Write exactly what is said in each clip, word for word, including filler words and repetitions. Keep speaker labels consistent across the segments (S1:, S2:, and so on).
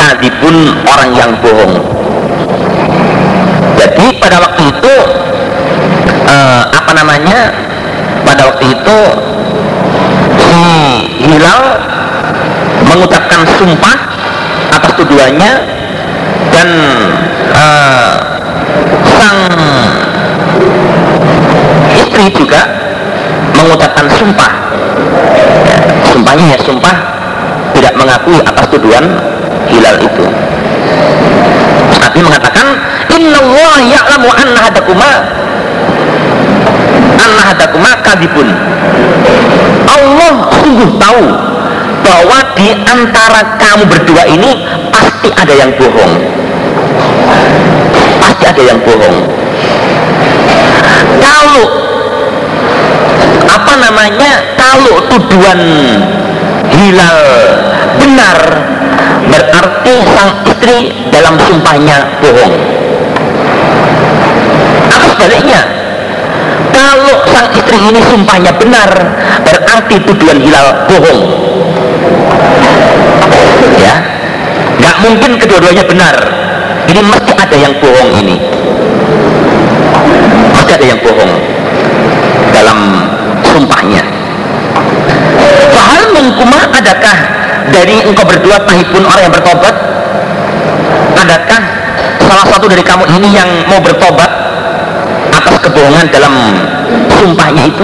S1: kadibun, orang yang bohong. Jadi pada waktu itu eh, apa namanya pada waktu itu si Hilal mengucapkan sumpah atas tuduhannya, dan eh, sang istri juga mengucapkan sumpah. Ya, sumpahnya ya sumpah tidak mengakui atas tuduhan Hilal itu. Nabi mengatakan, innallaha ya'lamu anna hadakuma anna hadakuma kadibun. Allah sungguh tahu bahwa di antara kamu berdua ini pasti ada yang bohong. Pasti ada yang bohong. Kalau apa namanya kalau tuduhan Hilal benar, berarti sang istri dalam sumpahnya bohong. Atau sebaliknya, kalau sang istri ini sumpahnya benar, berarti tuduhan Hilal bohong. Ya, nggak mungkin kedua-duanya benar. Ini mesti ada yang bohong ini. Mesti ada yang bohong dalam sumpahnya. Fahal minkumah, adakah dari engkau berdua tahibun, orang yang bertobat? Adakah salah satu dari kamu ini yang mau bertobat atas kebohongan dalam sumpahnya itu?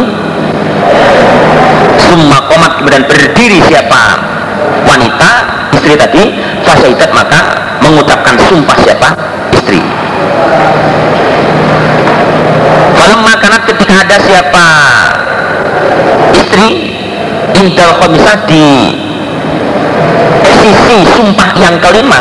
S1: Summa qomat, kemudian berdiri siapa wanita, istri tadi, fasaidat, maka mengucapkan sumpah siapa? Istri. Kalau makanat, ketika ada siapa istri indal khomisah, di sisi sumpah yang kelima,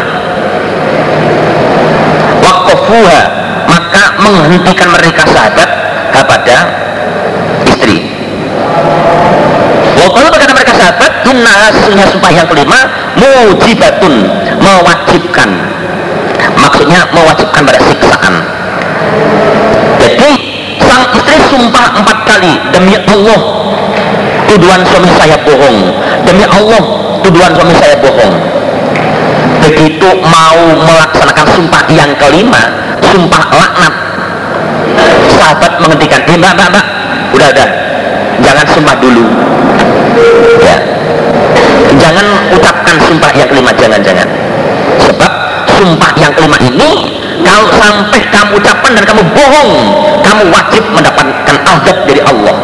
S1: waqafuha, maka menghentikan mereka sahabat kepada istri. Waqalu, berkata mereka sahabat, inna, sesungguhnya sumpah yang kelima mujibatun, mewajibkan, maksudnya mewajibkan pada siksaan. Jadi sang istri sumpah empat kali, demi Allah tuduhan suami saya bohong, demi Allah tuduhan suami saya bohong. Begitu mau melaksanakan sumpah yang kelima, sumpah laknat, sahabat menghentikan, eh mbak, mbak, mbak, udah, udah, jangan sumpah dulu, ya, jangan ucapkan sumpah yang kelima, jangan, jangan. Sebab sumpah yang kelima ini, kalau sampai kamu ucapkan dan kamu bohong, kamu wajib mendapatkan azab dari Allah.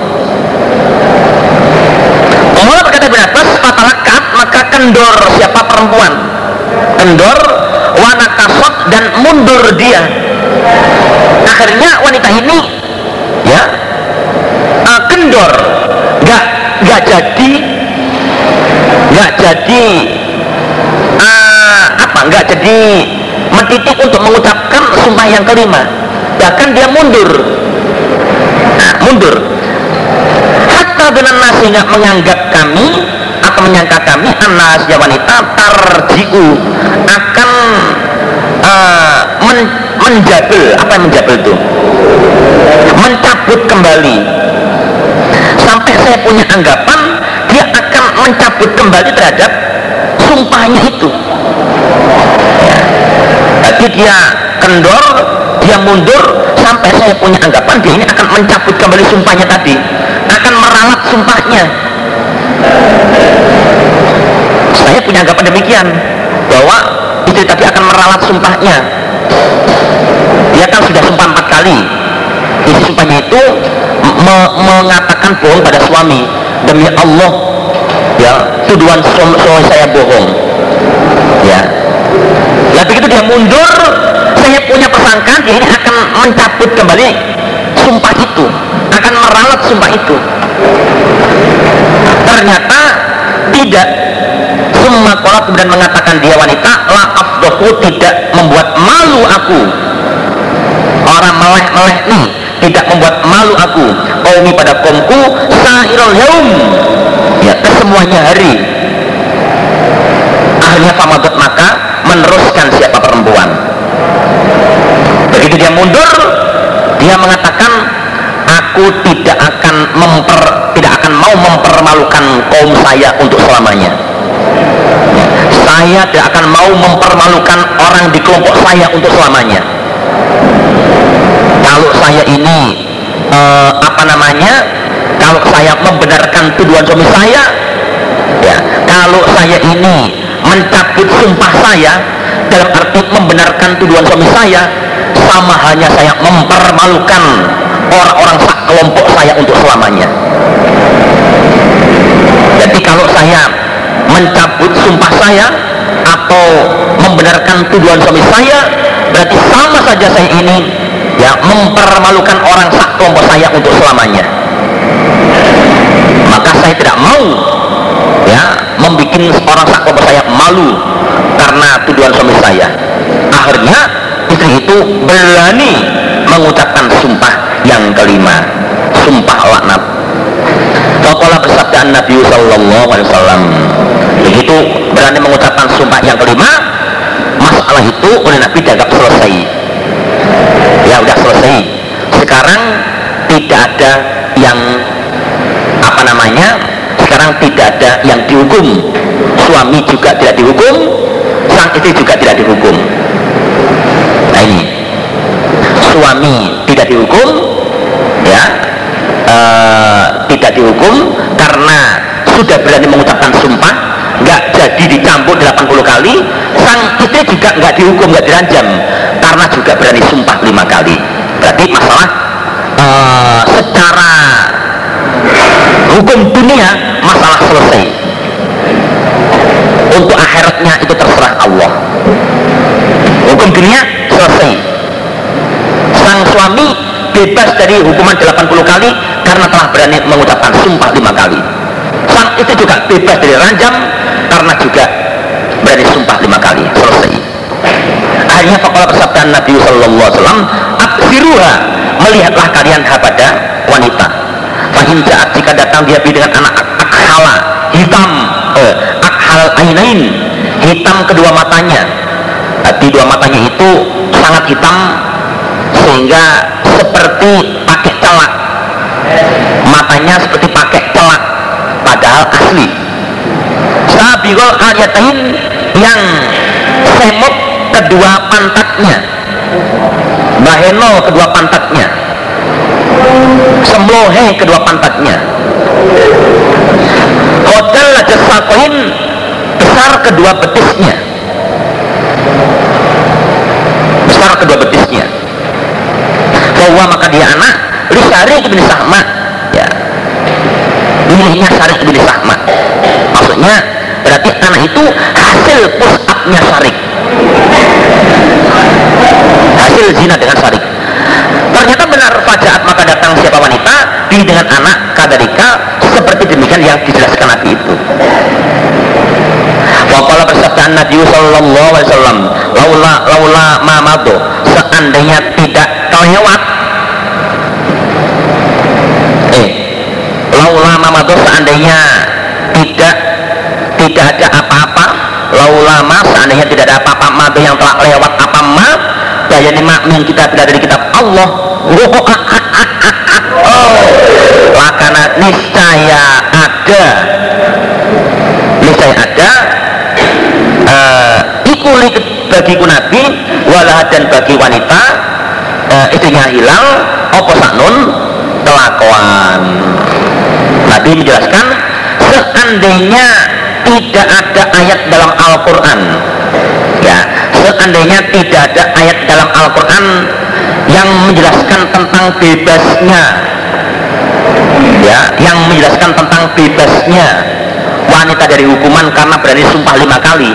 S1: Allah berkata Ibn Abbas, fatalakat, maka kendor siapa perempuan, kendor, wanakasot, dan mundur dia. Akhirnya wanita ini ya uh, kendor, nggak nggak jadi nggak jadi uh, apa nggak jadi mentitik untuk mengucapkan sumpah yang kelima, bahkan dia mundur, nah, mundur. Hatta dengan nasi nggak menganggap kami atau menyangka kami anas ya wanita tarjiu akan uh, men menjabel. Apa yang menjabel itu? Mencabut kembali. Sampai saya punya anggapan dia akan mencabut kembali terhadap sumpahnya itu. Ya. Jadi dia kendor, dia mundur, sampai saya punya anggapan dia ini akan mencabut kembali sumpahnya tadi, akan meralat sumpahnya. Saya punya anggapan demikian, bahwa istri tadi akan meralat sumpahnya. Dia kan sudah sumpah empat kali. Isi sumpahnya itu me mengatakan bohong pada suami, demi Allah, ya, tuduhan suami saya bohong, ya. Nah begitu dia mundur, saya punya persangkaan dia ini akan mencabut kembali sumpah itu, akan meralat sumpah itu. Ternyata tidak. Summa qolat, kemudian mengatakan dia wanita, la afdohu, tidak membuat malu aku, orang meleh-meleh nih, tidak membuat malu aku, qaumi pada kaumku, sa'irul yaum, ya, kesemuanya hari. Akhirnya famadot, maka meneruskan siapa perempuan. Begitu dia mundur, dia mengatakan, aku tidak akan memper, tidak akan mau mempermalukan kaum saya untuk selamanya. saya tidak akan mau mempermalukan orang di kelompok saya untuk selamanya. Kalau saya ini eh, apa namanya, kalau saya membenarkan tuduhan suami saya, ya, kalau saya ini mencabut sumpah saya dalam arti membenarkan tuduhan suami saya, sama halnya saya mempermalukan orang-orang sak kelompok saya untuk selamanya. Jadi kalau saya mencabut sumpah saya atau membenarkan tuduhan suami saya, berarti sama saja saya ini ya mempermalukan orang sak kelompok saya untuk selamanya. Maka saya tidak mau ya membuat orang sak kelompok saya malu karena tuduhan suami saya. Akhirnya istri itu berani mengucapkan sumpah yang kelima, sumpah laknat. Faqala bersabda Nabi sallallahu alaihi wasallam, begitu berani mengucapkan sumpah yang kelima, masalah itu oleh Nabi dianggap selesai. Ya udah selesai. Sekarang tidak ada yang apa namanya? Sekarang tidak ada yang dihukum. Suami juga tidak dihukum, sang istri juga tidak dihukum. Nah ini, suami tidak dihukum, ya, uh, tidak dihukum karena sudah berani mengucapkan sumpah, nggak jadi dicampur delapan puluh kali. Sang istri juga nggak dihukum, nggak diranjam karena juga berani sumpah lima kali. Berarti masalah uh, secara hukum dunia masalah selesai. Untuk akhiratnya itu terserah Allah. Hukum dunia selesai. Sang suami bebas dari hukuman delapan puluh kali karena telah berani mengucapkan sumpah lima kali. Sang istri juga bebas dari ranjam karena juga berani sumpah lima kali. Selesai. Akhirnya faqala bersabda Nabi sallallahu alaihi wasallam, absiruha, melihatlah kalian kepada wanita. Fahim jaat, jika datang dia dengan anak akhala hitam, eh, akhal ainain, hitam kedua matanya. Di dua matanya itu sangat hitam sehingga seperti pakai celak, matanya seperti pakai celak padahal asli. Sabigol aliyatain, yang semut kedua pantatnya, baheno kedua pantatnya, semlohe kedua pantatnya, hotel jasakoin, besar kedua betisnya, besar kedua betisnya. Bahwa maka dia anak li Syarih bin Sahma, ya, milihnya Syarih bin Sahma. Maksudnya berarti anak itu hasil push up-nya Syarih, hasil zina dengan Syarih. Ternyata benar, fajaat maka datang siapa wanita pilih dengan anak kadarika seperti demikian yang dijelaskan Nabi itu. Waqala bersabda Nabi sallallahu alaihi wasallam, laula laula mamado, seandainya tidak kelewat, eh laula mamado, seandainya tidak tidak ada apa-apa, laula ma, seandainya tidak ada apa-apa mado yang telah lewat apa ma, bayani makmin kita tidak dari kitab Allah. Oh, lakana niscaya ada, niscaya ada uh, ikuli bagiku Nabi, walah dan bagi wanita uh, istrinya hilang opo saknun kelakuan. Nabi menjelaskan seandainya tidak ada ayat dalam Al-Quran, ya, seandainya tidak ada ayat dalam Al-Quran yang menjelaskan tentang bebasnya, ya, yang menjelaskan tentang bebasnya wanita dari hukuman karena berani sumpah lima kali.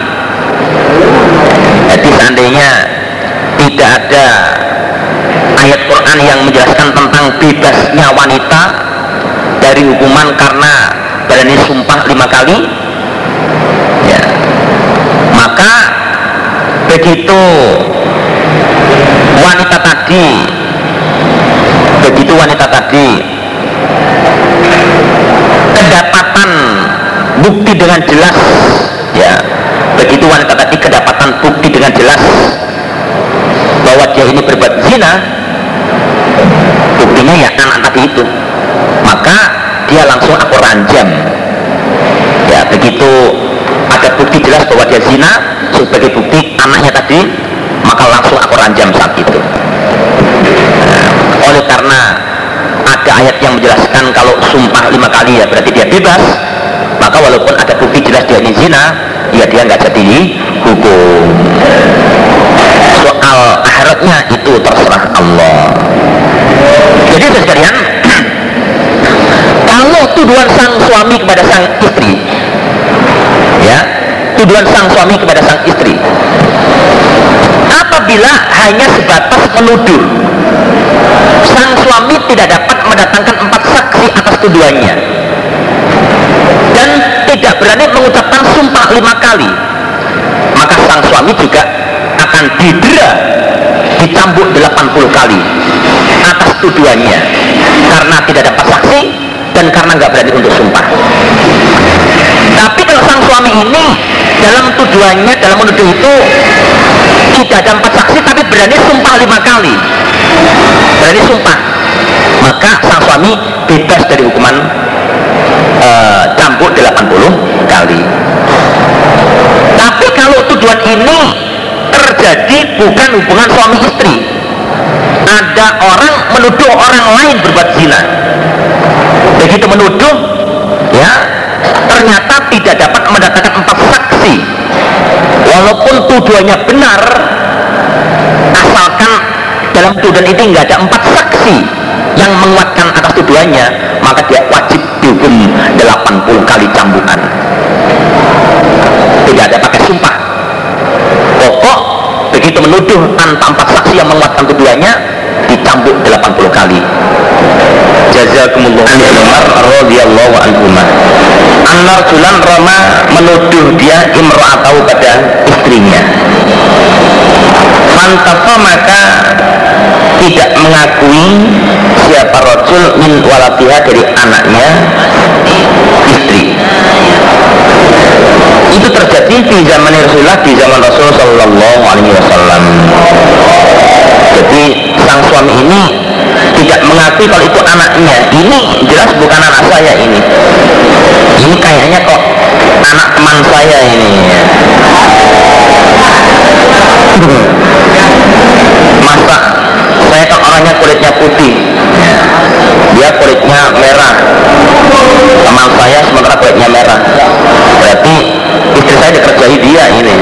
S1: Jadi seandainya tidak ada ayat Quran yang menjelaskan tentang bebasnya wanita dari hukuman karena berani sumpah lima kali, ya, maka begitu wanita tadi begitu wanita tadi kedapatan bukti dengan jelas, ya, begitu wanita tadi kedapatan bukti dengan jelas bahwa dia ini berbuat zina, buktinya ya anak tadi itu, maka dia langsung aku ranjam, ya, begitu ada bukti jelas bahwa dia zina, sebagai bukti anaknya tadi, maka langsung aku ranjam saat itu. Nah, oleh karena ada ayat yang menjelaskan kalau sumpah lima kali ya berarti dia bebas, maka walaupun ada bukti jelas dia ini zina, ya dia nggak jadi hukum. Soal akhiratnya itu terserah Allah. Jadi sekalian, kalau tuduhan sang suami kepada sang istri, ya, tuduhan sang suami kepada sang istri, apabila hanya sebatas menuduh, sang suami tidak dapat mendatangkan empat saksi atas tuduhannya dan tidak berani mengucapkan sumpah lima kali, maka sang suami juga akan didera, dicambuk delapan puluh kali atas tuduhannya karena tidak dapat saksi dan karena nggak berani untuk sumpah. Tapi kalau sang suami ini dalam tuduhannya, dalam menuduh itu tidak ada empat saksi tapi berani sumpah lima kali, berani sumpah, maka sang suami bebas dari hukuman uh, cambuk delapan puluh kali. Tapi kalau tuduhan ini terjadi bukan hubungan suami istri, ada orang menuduh orang lain berbuat zina, begitu menuduh, ya, ternyata tidak dapat mendatangkan empat saksi, walaupun tuduhannya benar, asalkan dalam tuduhan itu nggak ada empat saksi yang menguatkan atas tuduhannya, maka dia wajib dihukum delapan puluh kali cambukan. Tidak ada pakai sumpah, pokok begitu menuduh tanpa empat saksi yang menguatkan tuduhannya, dicambuk delapan puluh kali. Jazakumullah. Umar radhiyallahu anhu, Anwar Julan Roma menuduh dia imra'atahu pada istrinya. Fantafa, maka tidak mengakui siapa rajul min waladiha dari anaknya istri. Itu terjadi di zaman Rasulullah, di zaman Rasul Sallallahu Alaihi Wasallam. Jadi sang suami ini tidak mengakui kalau itu anaknya. Ini jelas bukan anak saya ini. Ini kayaknya kok anak teman saya ini. Masa saya kan orangnya kulitnya putih, dia kulitnya merah, teman saya sementara kulitnya merah, berarti istri saya dikerjai dia ini.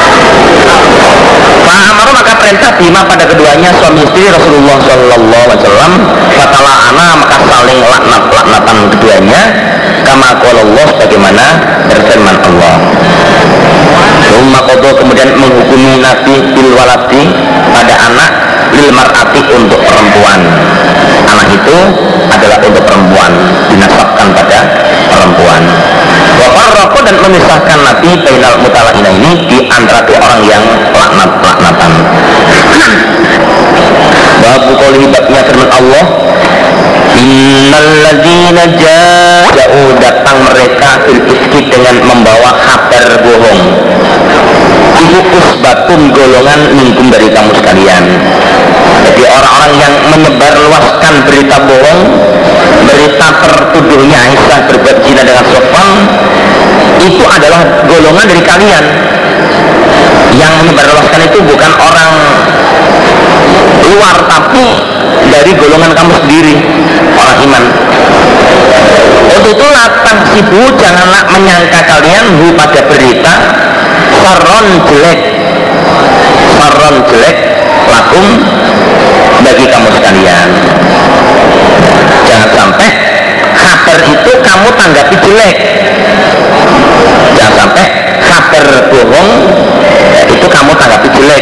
S1: Pak Amar, maka perintah bima pada keduanya suami istri Rasulullah Sallallahu Alaihi Wasallam, fatala ana, maka saling laknat laknatan keduanya, kama qala Allah, bagaimana berfirman Allah. Umma kodo, kemudian menghukumi Nabi bil waladi pada anak, lil mar'ati untuk perempuan. Anak itu adalah untuk perempuan, dinasabkan pada perempuan. Wa farraqu, dan memisahkan Nabi bainal mutala'ina ini di antara dua orang yang laknat-laknatan. Babu qouli, babnya firman Allah, innal ladzina ja'u, datang mereka fil ifki dengan membawa kabar bohong, ibu usbatun, golongan minkum dari kamu sekalian. Jadi orang-orang yang menyebar luaskan berita bohong, berita tertuduhnya Aisyah berbuat zina dengan Sofwan, itu adalah golongan dari kalian. Yang menyebar luaskan itu bukan orang luar, tapi dari golongan kamu sendiri, orang iman. Untuk itu latang sibu, janganlah menyangka kalian hu pada berita saron jelek, saron jelek lakum, bagi kamu sekalian. Jangan sampai kabar itu kamu tanggapi jelek, jangan sampai kabar bohong itu kamu tanggapi jelek.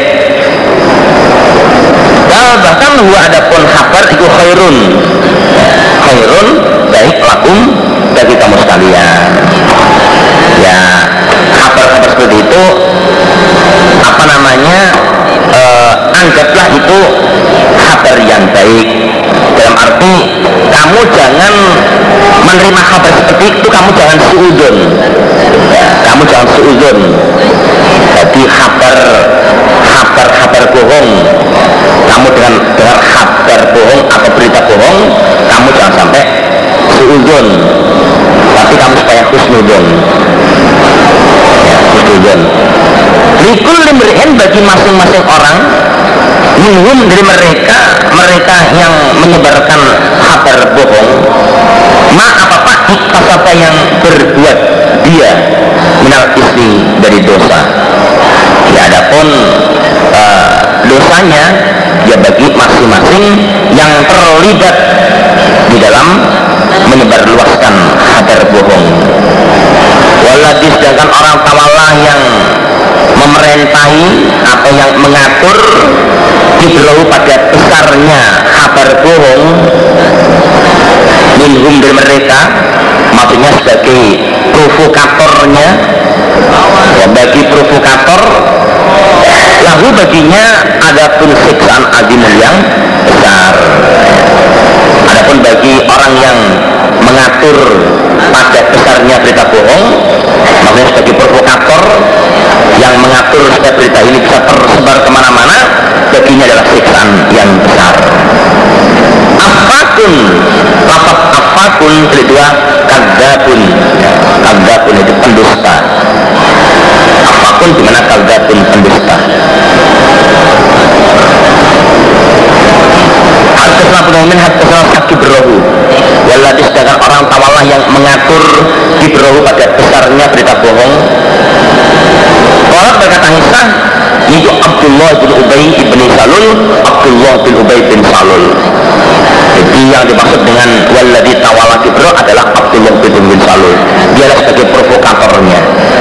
S1: Nah, bahkan huwa adapun kabar itu khairun, khairun baik lakum, bagi kamu sekalian. Ya, kabar-kabar seperti itu apa namanya, eh, anggaplah itu kabar yang baik, dalam arti kamu jangan menerima kabar seperti itu, kamu jangan suudzon, ya, kamu jangan suudzon. Jadi kabar kabar kabar bohong, kamu dengan dengar kabar bohong atau berita bohong, kamu jangan sampai suudzon, tapi kamu supaya husnudzon. Ya, likul limri'in, bagi masing-masing orang, minhum, dari mereka mereka yang menyebarkan kabar bohong, ma apa-apa ikasapa yang berbuat dia minal ismi, dari dosa. Ya, adapun uh, dosanya ya bagi masing-masing yang terlibat di dalam menyebarluaskan kabar bohong. Waladhi, sedangkan orang tawalah yang memerintahi atau yang mengatur dibrohu pada besarnya kabar bohong, minhum, dari mereka, maksudnya sebagai provokatornya, ya, bagi provokator, lahu, baginya ada pun siksaan azimun, yang besar. Adapun bagi orang yang mengatur pada besarnya berita bohong, maksudnya sebagai provokator yang mengatur supaya berita ini bisa tersebar kemana-mana, baginya adalah siksaan yang besar. Afakun, lafaz afakun kedua kadzabun, ya, kadzabun itu pendusta. Afakun dimana kadzabun, pendusta. Hadasna Ibnu hadasna Sakibrohu, waladhi, sedangkan orang tawalah yang mengatur dibrohu pada besarnya berita bohong. Orang berkata Isa, itu Abdullah bin Ubay bin Salul, Abdullah bin Ubay bin Salul. Jadi yang dimaksud dengan waladhi tawalah dibrohu adalah Abdullah bin Ubay bin Salul. Dialah sebagai provokatornya.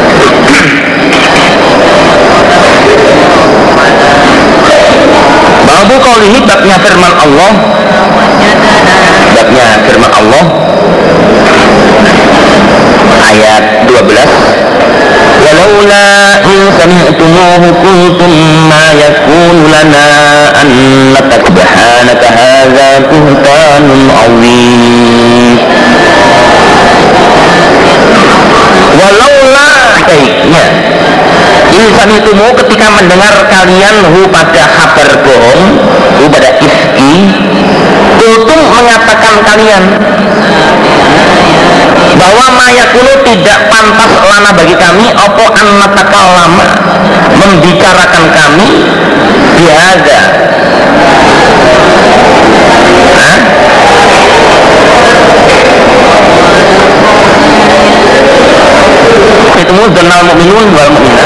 S1: Babu qaulihi, babnya firman Allah, babnya firman Allah ayat dua belas, walaula in sami'tumuhu qultum ma yakunu lana an natakbahanaka hadza buhtanun 'azim. Walaula, baiknya, insan itumu, ketika mendengar kalian hu pada kabar bohong, hu pada ifki, kultum, mengatakan kalian bahwa mayakulu tidak pantas lana bagi kami opo annatakal lama, membicarakan kami bihaga, hah? Itu mudhanal mu'minun wal mu'minat.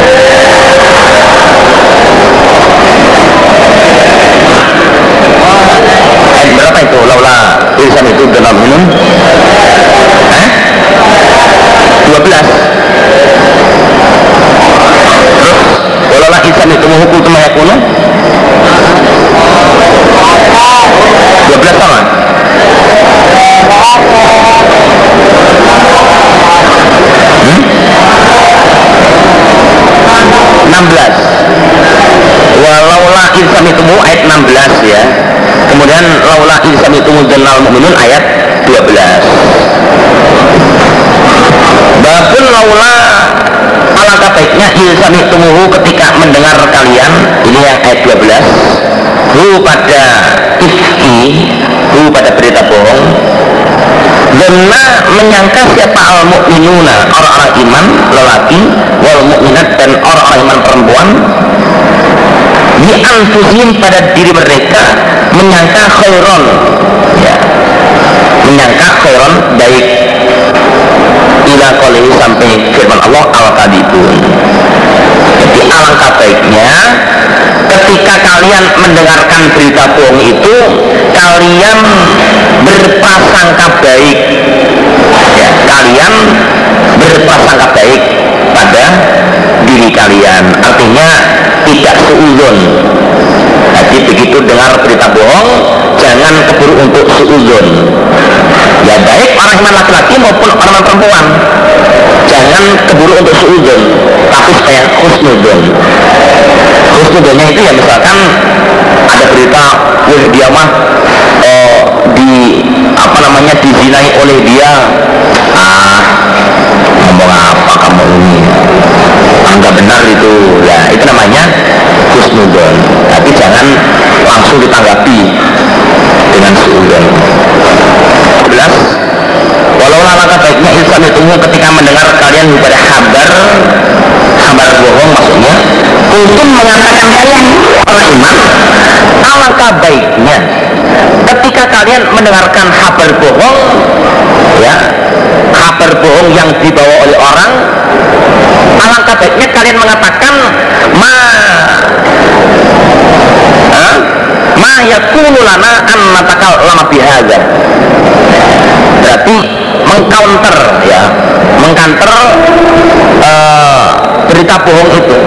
S1: Ayat berapa itu? Laula irsan itu dhanal mu'minun, eh? dua belas. Terus walaula irsan itu muhukul tumayakunu dua belas sama. Hmm? enam belas. Walaula irsam itumu ayat enam belas, ya. Kemudian laula irsam itumu dhanal mu'minun ayat dua belas. Babun laula, alangkah baiknya irsam itumuhu, ketika mendengar kalian, ini yang ayat dua belas, hu pada ifki, hu pada berita bohong, karena menyangka siapa al mukminuna, orang-orang iman lelaki, wal mukminat, dan orang-orang iman perempuan, di anfusihim, pada diri mereka, menyangka khairon, ya, menyangka khairon, baik, ila qolihi, sampai firman Allah al-kadibun. Jadi alangkah baiknya ketika kalian mendengarkan berita bohong itu, kalian berprasangka baik, ya, kalian berprasangka baik pada diri kalian, artinya tidak suudzon. Jadi begitu dengar berita bohong, jangan keburu untuk suudzon, ya, baik orang iman laki-laki maupun orang iman perempuan, jangan keburu untuk suudzon, tapi supaya husnudzon. Husnudzonnya itu ya, misalkan ada berita, wah dia mah oh, di apa namanya dizinai oleh dia, ah ngomong apa kamu ini, enggak benar itu, ya itu namanya husnudzon. Tapi jangan langsung ditanggapi dengan suudzon. Jelas? Walau alangkah baiknya insan itu ketika mendengar kalian pada kabar kabar bohong, maksudnya untuk mengatakan kalian orang iman, alangkah baiknya ketika kalian mendengarkan kabar bohong, ya, kabar bohong yang dibawa oleh orang, alangkah baiknya kalian mengatakan ma ha? ma yakunu lana an natakallama bihadza. Berarti mengcounter, ya, mengcounter uh, berita bohong itu.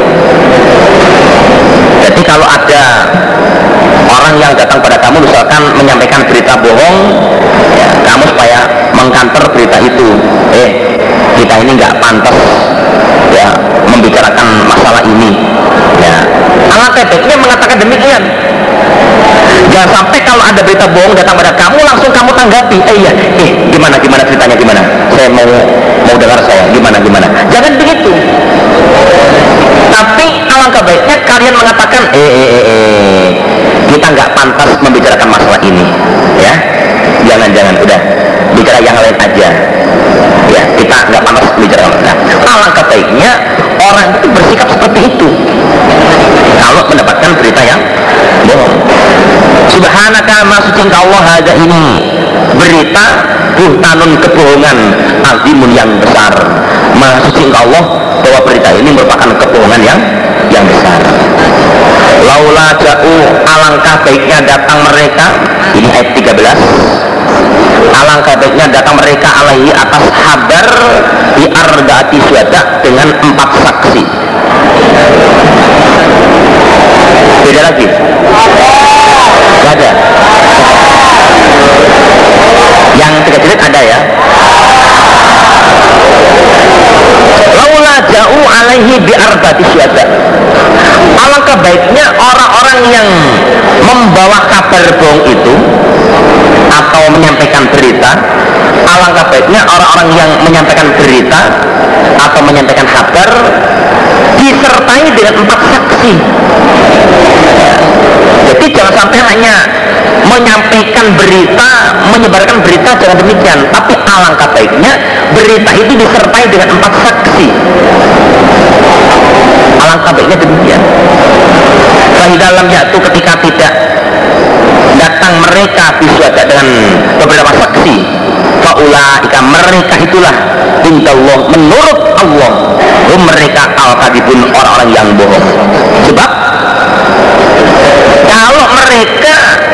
S1: Jadi kalau ada orang yang datang pada kamu misalkan menyampaikan berita bohong, ya, kamu supaya mengcounter berita itu, eh kita ini nggak pantas, ya, membicarakan masalah ini, ya, alangkah baiknya mengatakan demikian. Jangan sampai kalau ada berita bohong datang pada kamu langsung kamu tanggapi, eh iya, eh gimana gimana ceritanya gimana, saya mau mau dengar saya gimana gimana. Jangan begitu. Tapi alangkah baiknya kalian mengatakan, eh eh eh, eh kita nggak pantas membicarakan masalah ini, ya, jangan jangan udah bicara yang lain aja, ya, kita nggak pantas membicarakan. Nah, alangkah baiknya orang itu bersikap seperti itu kalau mendapatkan berita yang bohong. Subhanaka, maha suci engkau Allah, hada ini berita buhtanun, kebohongan, azimun yang besar. Maha suci engkau Allah bahwa berita ini merupakan kebohongan yang yang besar. Laula ja'u, alangkah baiknya datang mereka, ini ayat tiga belas, alangkah baiknya datang mereka alaihi atas habar di arba'ati syuhada dengan empat saksi. Beda lagi? Gak ada. Yang tiga jilid ada, ya. Laula ja'u alaihi bi arba'ati syuhada. Alangkah baiknya orang-orang yang membawa kabar bohong itu atau menyampaikan berita, alangkah baiknya orang-orang yang menyampaikan berita atau menyampaikan kabar disertai dengan empat saksi. Jadi jangan sampai hanya menyampaikan berita, menyebarkan berita, jangan demikian. Tapi alangkah baiknya berita itu disertai dengan empat saksi. Alangkah baiknya demikian. Di dalam yaitu ketika tidak datang mereka bisuada dengan beberapa saksi, faulaika, mereka itulah indallah, menurut Allah, mereka al-kadibun, orang-orang yang bohong. Sebab kalau mereka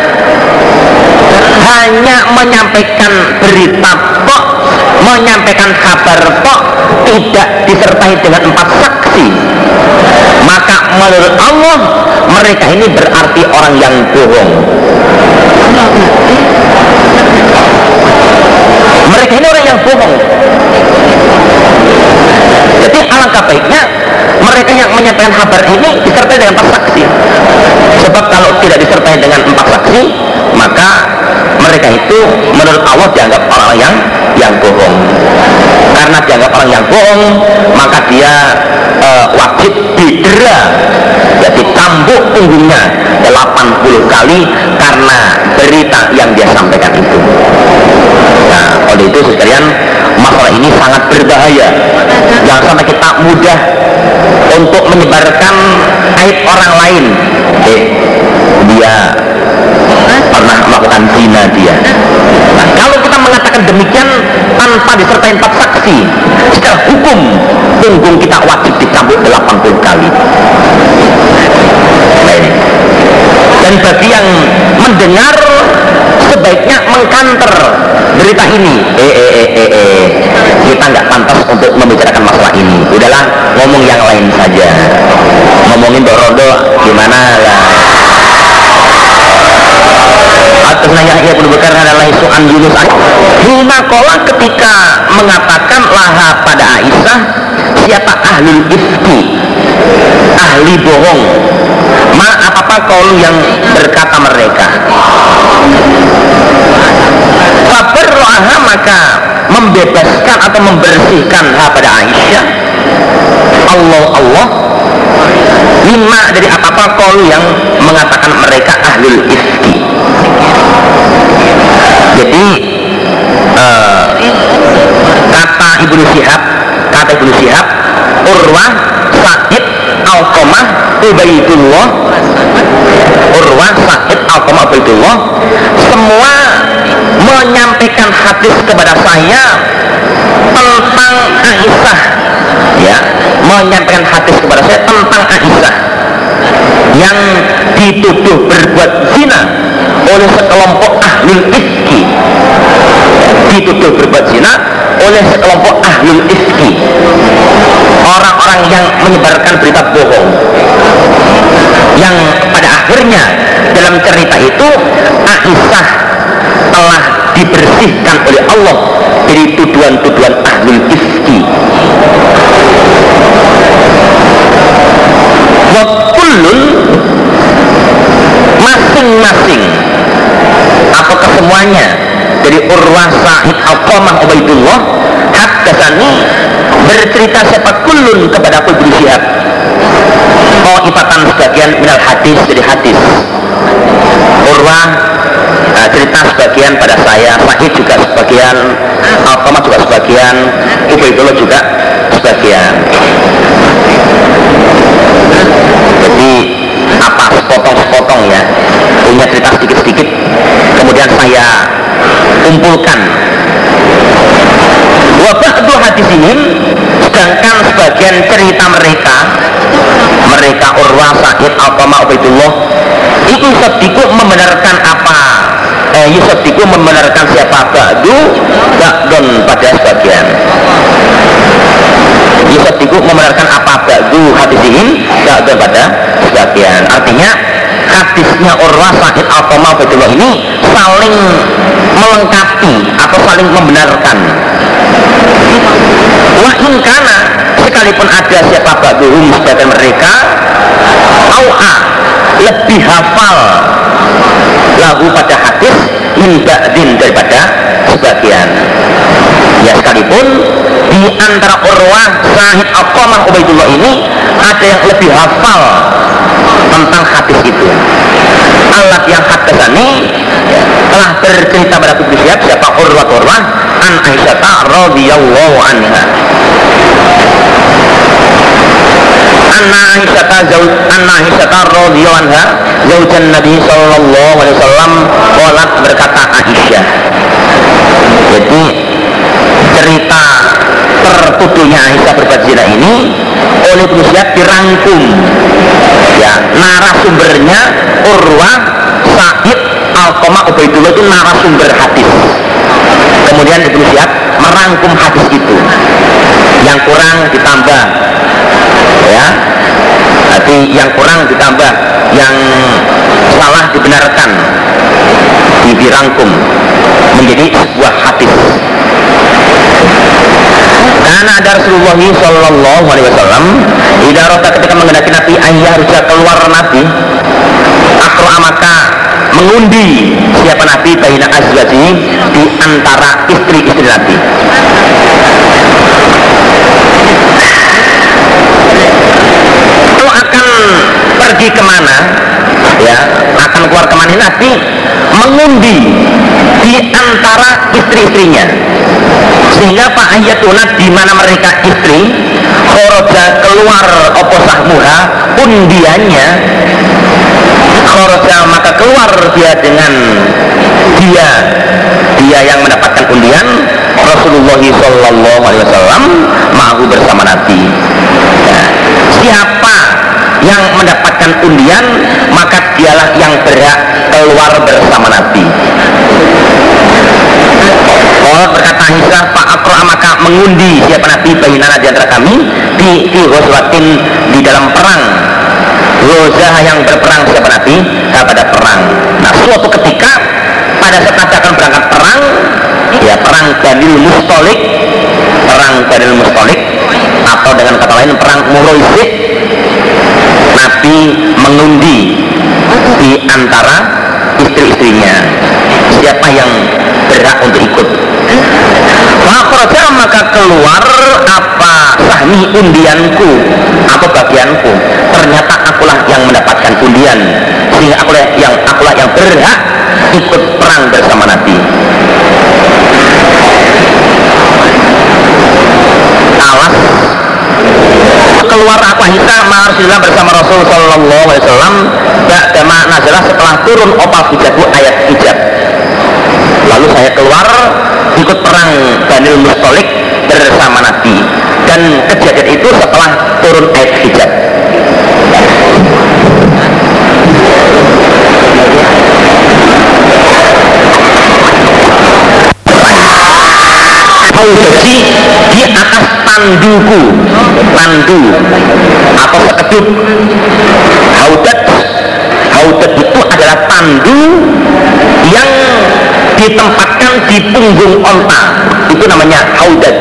S1: hanya menyampaikan berita tok, menyampaikan kabar tok, tidak disertai dengan empat saksi, maka menurut Allah mereka ini berarti orang yang bohong. Mereka ini orang yang bohong. Jadi alangkah baiknya mereka yang menyampaikan kabar ini disertai dengan empat saksi. Sebab kalau tidak disertai dengan empat saksi, maka mereka itu menurut Allah dianggap orang yang yang bohong. Karena dianggap orang yang bohong, maka dia e, wajib didera, jadi cambuk punggungnya delapan puluh kali karena berita yang dia sampaikan itu. Nah, oleh itu sekalian, masalah ini sangat berbahaya. Jangan sampai kita mudah untuk menyebarkan aib orang lain. Eh, dia pernah melakukan zina dia. Nah, kalau kita mengatakan demikian tanpa disertai empat saksi, secara hukum punggung kita wajib dicambuk delapan puluh kali. Nah, ini. Dan bagi yang mendengar sebaiknya mengkanter berita ini. Eh eh eh eh, eh. Kita nggak pantas untuk membicarakan masalah ini. Udahlah, ngomong yang lain saja. Ngomongin Dorodo gimana lah. Atasnya Yahya bin Bakar adalah Su'an Yunus. Hina kola ketika mengatakan laha pada Aisyah, siapa ahlul ifki, ahli bohong, ma apa-apa kaul yang berkata mereka. Kabar roha, maka membebaskan atau membersihkan ha pada Aisyah Allah Allah lima dari apa-apa kaul yang mengatakan mereka ahlul ifki. Jadi uh, kata Ibnu Syihab, kata Ibnu Syihab, Urwah, Sa'id, Alqamah, Ubaidullah, Urwah, Sa'id, Alqamah, Ubaidullah, semua menyampaikan hadis kepada saya tentang Aisyah, ya, menyampaikan hadis kepada saya tentang Aisyah yang dituduh berbuat zina oleh sekelompok ahlul ifki, dituduh berbuat zina oleh sekelompok ahlul ifki, orang-orang yang menyebarkan berita bohong, yang pada akhirnya dalam cerita itu Aisyah telah dibersihkan oleh Allah dari tuduhan-tuduhan ahlul ifki. Wa kullun, masing-masing atau kesemuanya dari Urwah, Sa'id, Alqamah, Ubaidullah, haddatsani, bercerita siapa kullun kepada aku Ibnu Syihab, qaifatan sebagian minal hadis, dari hadis. Urwah uh, cerita sebagian pada saya, Sa'id juga sebagian, Alqamah juga sebagian, Ubaidullah juga sebagian. Jadi apa, sepotong-sepotong ya, punya cerita sedikit-sedikit, kemudian saya kumpulkan. Wa ba'du hadisihim, sedangkan sebagian cerita mereka, mereka Urwah, Sa'id, Alqamah, Ubaidullah, itu sediku membenarkan apa? Eh, Yusadiku membenarkan siapa? Ba'du, ba'dun, pada sebagian. Yusadiku membenarkan apa? Ba'du hadisihim, ba'dun, pada sebagian. Artinya hadisnya Urwah, Sa'id, Alqamah, Ubaidullah ini saling melengkapi atau saling membenarkan. Wa in kana, sekalipun ada siapa ba'duhum, sebagian mereka, au'a, lebih hafal lahu pada hadis min ba'din, daripada sebagian. Ya, sekalipun di antara Urwah, Sa'id, Alqamah, Ubaidullah ini ada yang lebih hafal tentang hadis itu. Allah yang haddatsani, ya, telah bercerita pada Ibnu Syihab siapa Urwah, Urwah an Aisyah radhiyallahu anha, anna Aisyah zauj anna Aisyah radhiyallahu anha zaujan Nabi sallallahu alaihi wasallam, qalat, berkata Aisyah. Jadi cerita tertuduhnya Aisyah berbuat zina ini oleh Ibnu Syihab dirangkum, ya, narasumbernya Urwah, Sa'id, Alqamah, Ubaidullah itu narasumber hadis. Kemudian Ibnu Syihab merangkum hadis itu, yang kurang ditambah, ya, tapi yang kurang ditambah, yang salah dibenarkan, dirangkum menjadi sebuah hadis. Karena ada Rasulullah Sallallahu Alaihi Wasallam, idarota, ketika mengendaki Nabi, ayah rujuk keluar Nabi, akroa, maka mengundi siapa Nabi baina azwaji, di antara istri-istri Nabi. Itu akan pergi kemana, ya, akan keluar kemana Nabi mengundi di antara istri-istrinya, sehingga Pak Ayatuna, di mana mereka istri, khoroja, keluar opo sahmuha, undiannya, khoroja, maka keluar dia dengan dia dia yang mendapatkan undian, Rasulullah Sallallahu Alaihi Wasallam ma'hu, bersama Nabi. Ya, siapa yang mendapatkan undian, maka dialah yang berhak keluar bersama Nabi. Allah berkata Aisyah, Pak Akro'a, maka mengundi siapa Nabi bainana, di antara kami, di di ghazwatin, di dalam perang, ghazah, yang berperang siapa Nabi, nah, pada perang. Nah, suatu ketika pada saat Nabi akan berangkat perang, ya, perang Banil Mustalik, perang Banil Mustalik, atau dengan kata lain perang Muraisik, Nabi mengundi di antara istri-istrinya siapa yang berhak untuk ikut. Maka maka keluar apa sahmi, undianku atau bagianku, ternyata akulah yang mendapatkan undian, sehingga akulah yang akulah yang berhak ikut perang bersama Nabi. Alas keluar aku Aisyah ma'arsillah bersama Rasul sallallahu alaihi wasallam ba'dama nazalah setelah turun opal hijabu ayat hijab. Lalu saya keluar ikut perang Banil Mustalik bersama Nabi, dan kejadian itu setelah turun ayat hijab. Haudati di atas tanduku, tandu atau sekedup. Haudat, haudat itu adalah tandu yang ditempatkan di punggung onta, itu namanya haudat,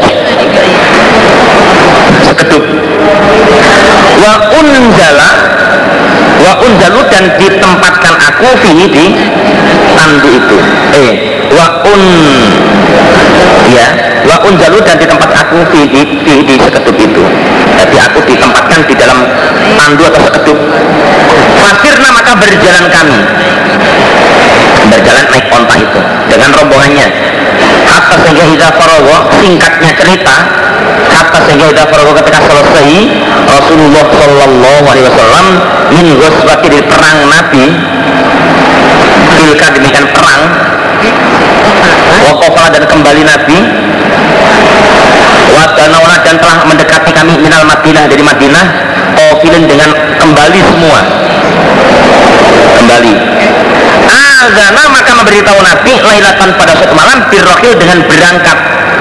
S1: sekedup. Wa unzala, wa unzalu, dan ditempatkan aku fihi di tandu itu. Eh, wa un ya, wa unzalu, dan di tempat aku di, di, di, di sekedup itu. Jadi aku ditempatkan di dalam tandu atau sekedup. Fasirna, maka berjalan kami, berjalan naik onta itu dengan rombongannya. Hatta sehingga idza farawa, singkatnya cerita, hatta sehingga idza farawa, ketika selesai Rasulullah sallallahu alaihi wasallam min ghazwati, di perang Nabi, tilka, demikian perang, waqafa, dan kembali Nabi, wadanauna, dan telah mendekati kami minal Madinah, dari Madinah, qafilin, dengan kembali semua, kembali. Azana, maka memberitahu Nabi lailatan, pada suatu malam, birrohil, dengan berangkat.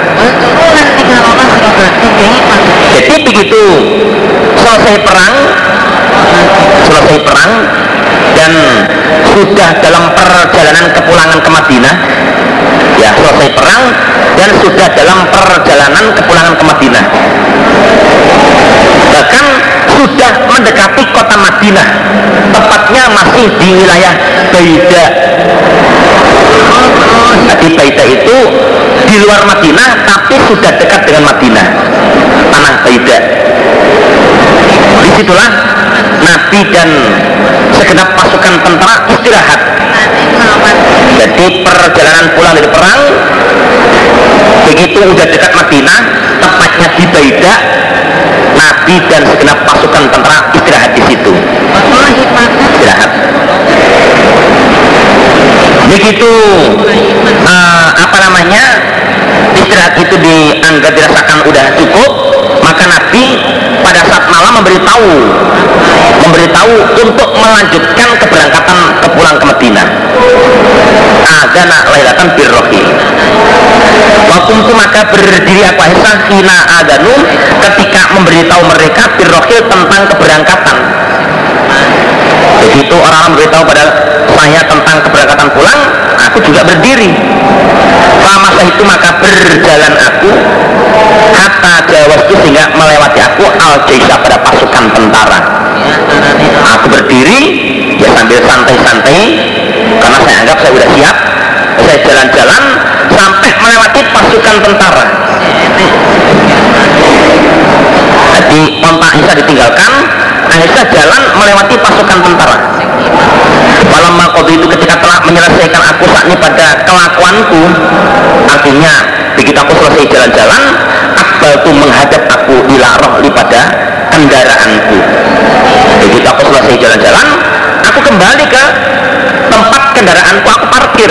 S1: Jadi begitu selesai perang, selesai perang dan sudah dalam perjalanan kepulangan ke Madinah, ya, selesai perang dan sudah dalam perjalanan kepulangan ke Madinah, bahkan sudah mendekati kota Madinah, tepatnya masih di wilayah Baida. Jadi Baida itu di luar Madinah tapi sudah dekat dengan Madinah, tanah Baida. Disitulah Nabi dan segenap pasukan tentara istirahat. Jadi perjalanan pulang dari perang, begitu udah dekat Madinah, tepatnya di Baida, Nabi dan segenap pasukan tentara istirahat di situ. Istirahat. Begitu uh, apa namanya istirahat itu dianggap dirasakan udah cukup, maka Nabi pada saat malam memberitahu memberitahu untuk melanjutkan keberangkatan ke pulang ke Madinah. Adana lailatan birrohi. Wakumtu, maka berdiri aku Aisyah hina adanu, ketika memberitahu mereka birrohi, tentang keberangkatan. Begitu orang memberitahu pada saya tentang keberangkatan pulang, aku juga berdiri. Lama itu maka berjalan aku hatta jawastu, sehingga melewati aku al-jaisha, pada pasukan tentara. Aku berdiri ya sambil santai-santai karena saya anggap saya sudah siap. Saya jalan-jalan sampai melewati pasukan tentara. Jadi onta Aisyah ditinggalkan, Aisyah jalan melewati pasukan tentara. Malam makobi itu, ketika telah menyelesaikan aku saat ini pada kelakuanku, artinya begitu aku selesai jalan-jalan, akbal itu menghadap aku ila rohli, pada kendaraanku. Begitu aku selesai jalan-jalan, aku kembali ke tempat kendaraanku, aku parkir.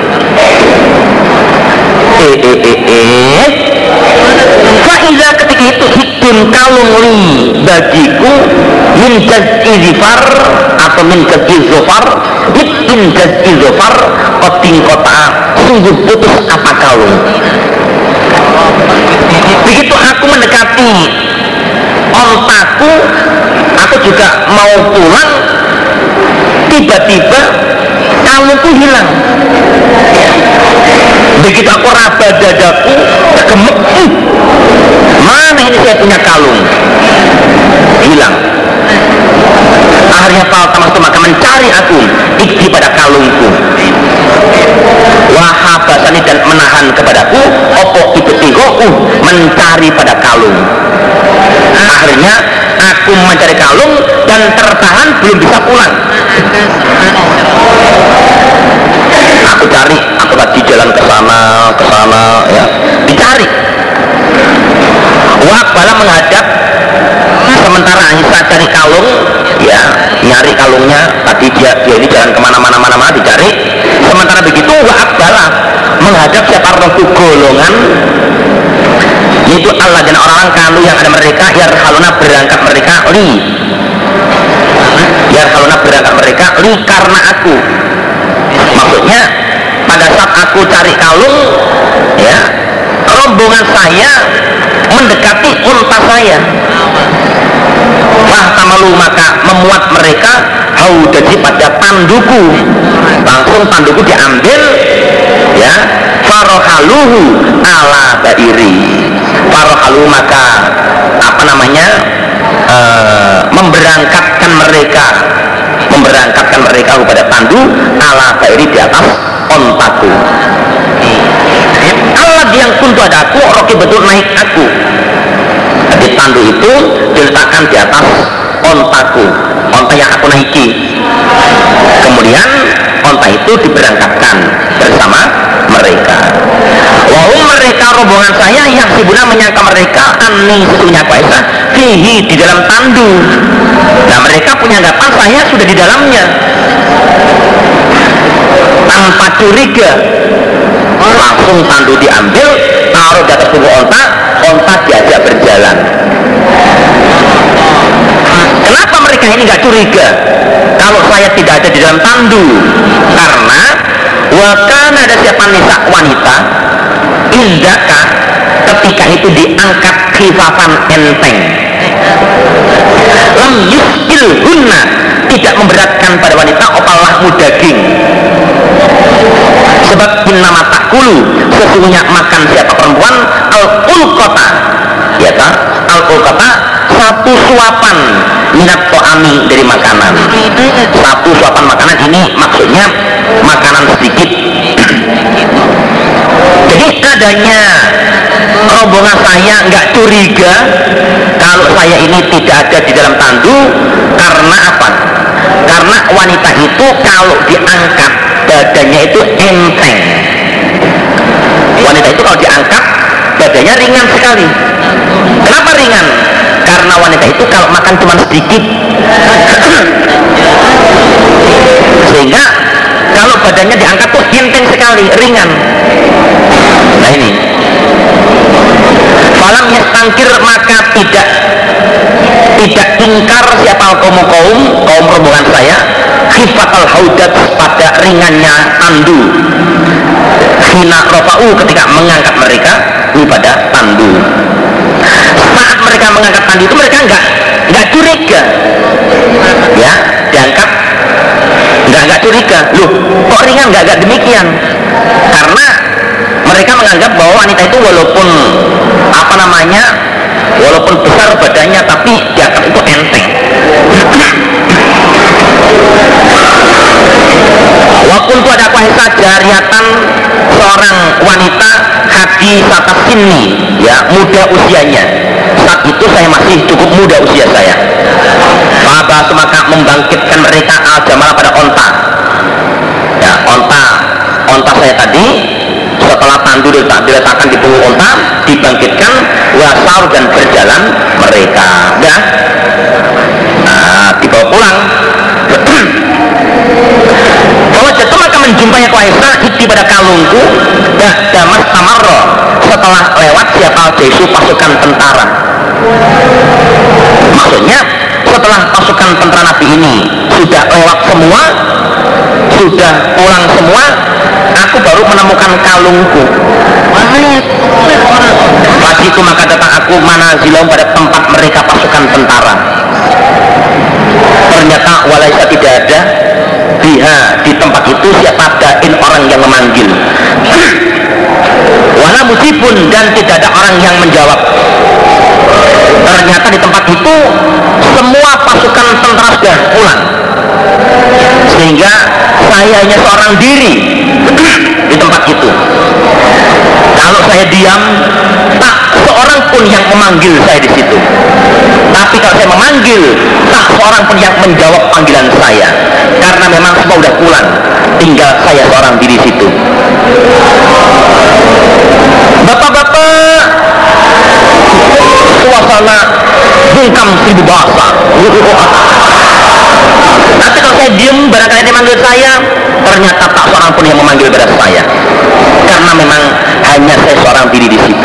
S1: Eh eh eh eh Faiza, ketika itu hikun kalung li bagiku min jaz'i zifar atau min jaz'i zofar, min jaz'i zofar, koting kota, sungguh putus apa kalung. Begitu aku mendekati ontaku, aku juga mau pulang, tiba-tiba kalungku hilang. Begitu aku raba dadaku, kegemek, ih, mana ini saya punya kalung, hilang. Akhirnya Faltamas itu maka mencari aku ikdi pada kalungku, wahabasani, dan menahan kepadaku opo ibtigoku, mencari pada kalung. Akhirnya aku mencari kalung dan tertahan, belum bisa pulang. Aku cari, aku tadi jalan ke sana, ke sana, ya, dicari. Wah, bala menghadap, sementara Aisyah cari kalung, ya nyari kalungnya, tadi dia, dia ini jalan kemana-mana mana-mana dicari. Sementara begitu wa akbala menghadap siapa rotu golongan, yaitu Allah dan orang-orang kanu yang ada mereka yarhaluna berangkat mereka li yarhaluna berangkat mereka li karena aku, maksudnya pada saat aku cari kalung, ya rombongan saya mendekati unta saya. Wah tamalu maka memuat mereka haudaji pada tanduku, langsung tanduku diambil, ya farohaluhu ala bairi, farohalu maka apa namanya e, memberangkatkan mereka memberangkatkan mereka kepada tandu ala bairi di atas ontaku. Allah yang kuntu ada aku roki betul naik aku. Jadi tandu itu diletakkan di atas ontaku, onta yang aku naiki. Kemudian onta itu diberangkatkan bersama mereka. Wahum mereka rombongan saya yang sibuna menyangka mereka ani sesungguhnya aku Aisyah fihi di dalam tandu. Nah mereka punya anggapan saya sudah di dalamnya tanpa curiga. Langsung tandu diambil, taruh di atas tubuh onta, onta diajak berjalan. Kenapa mereka ini nggak curiga kalau saya tidak ada di dalam tandu? Karena wakan ada siapa nisa wanita indaka ketika itu diangkat khifafan enteng, lam yuskil hunna tidak memberatkan pada wanita opal lahmu daging. Sebab inna matakulu sesungguhnya makan siapa perempuan al-ulqata, ya tak? Al-ulqata satu suapan minat to'ami dari makanan. Satu suapan makanan ini maksudnya makanan sedikit. Jadi adanya rombongan saya nggak curiga kalau saya ini tidak ada di dalam tandu. Karena apa? Karena wanita itu kalau diangkat badannya itu enteng. Wanita itu kalau diangkat badannya ringan sekali. Kenapa ringan? Karena wanita itu kalau makan cuma sedikit sehingga kalau badannya diangkat tuh enteng sekali, ringan. Nah ini falam yastangkir maka tidak tidak ingkar siapa kaum kaum kaum rombongan saya khifatal haudat pada ringannya tandu hina rofa'u ketika mengangkat mereka ini pada tandu. Saat mereka mengangkat tandu itu mereka enggak enggak curiga, ya diangkat enggak enggak curiga, loh kok ringan, enggak enggak demikian. Karena mereka menganggap bahwa wanita itu walaupun apa namanya walaupun besar badannya tapi diangkat itu enteng. Waktu itu ada kuasa jariatan seorang wanita hadi satas sini, ya muda usianya. Saat itu saya masih cukup muda usia saya. Faba maka membangkitkan mereka al jamal pada onta. Ya onta, onta saya tadi setelah tandu diletakkan di punggung onta dibangkitkan wasar dan berjalan mereka. Ya, nah, dibawa pulang. Bahwa jatuh maka menjumpai aku Aisyah itu pada kalungku dah damas tamarro setelah lewat siapa jaisu pasukan tentara. Maksudnya setelah pasukan tentara Nabi ini sudah lewat semua, sudah pulang semua, aku baru menemukan kalungku. Pagi itu maka datang aku manazilau pada tempat mereka pasukan tentara. Ternyata walaisa tidak ada biha di tempat itu siapa dain orang yang memanggil, wala mujibun dan tidak ada orang yang menjawab. Ternyata di tempat itu semua pasukan tentara sudah pulang, sehingga saya hanya seorang diri di tempat itu. Kalau saya diam, tak seorang pun yang memanggil saya di situ. Tapi kalau saya memanggil, tak seorang pun yang menjawab panggilan saya. Karena memang semua sudah pulang, tinggal saya seorang diri di situ. Bapak-bapak, suasana sungkam seribu bahasa. Tapi kalau saya diem, barangkali dia manggil saya, ternyata tak seorang pun yang memanggil pada saya, karena memang hanya saya seorang diri di situ.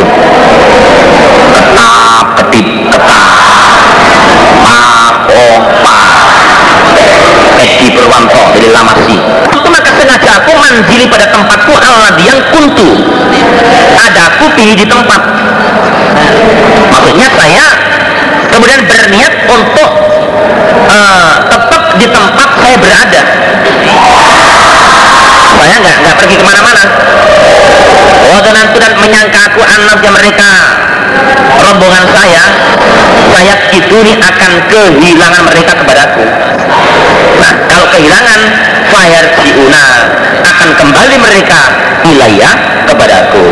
S1: Ketap, ketip, ketap, pak, oh, pak, Edi Purwanto dari Lamasi. Itu maka sengaja aku manjili pada tempatku alladhi yang kuntu. Ada aku pilih di tempat. Maksudnya saya kemudian berniat untuk uh, tetap di tempat saya berada. Saya nggak nggak pergi kemana-mana. Wadanantu dan menyangka aku anaknya mereka rombongan saya, saya itu nih akan kehilangan mereka kepadaku. Nah, kalau kehilangan, fayarjiuna, akan kembali mereka ilayya kepadaku.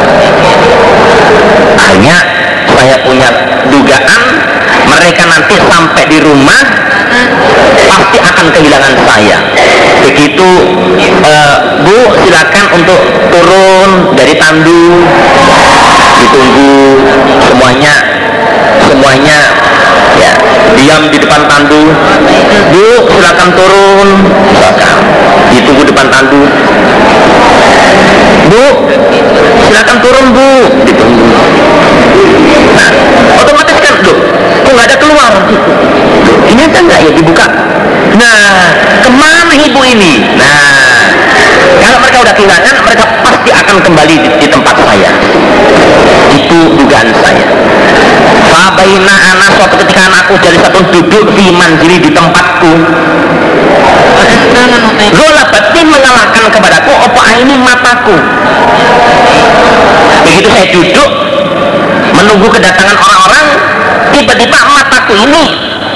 S1: Akhirnya saya punya dugaan mereka nanti sampai di rumah pasti akan kehilangan saya. Begitu, uh, Bu, silakan untuk turun dari tandu, ditunggu semuanya, semuanya ya diam di depan tandu. Bu, silakan turun, silakan ditunggu depan tandu. Bu, silakan turun, Bu, ditunggu. Nah, otomatis kan, loh, kok nggak ada keluar? Loh, ini ada nggak ya dibuka? Nah, kemana ibu ini? Nah, kalau mereka udah kehilangan, mereka pasti akan kembali di, di tempat saya. Itu dugaan saya. Fabaina ana, suatu ketika anakku dari satu duduk di manjili di tempatku. Zolabati mengalahkan kepadaku apa ini mataku. Begitu saya duduk menunggu kedatangan orang-orang, tiba-tiba mataku ini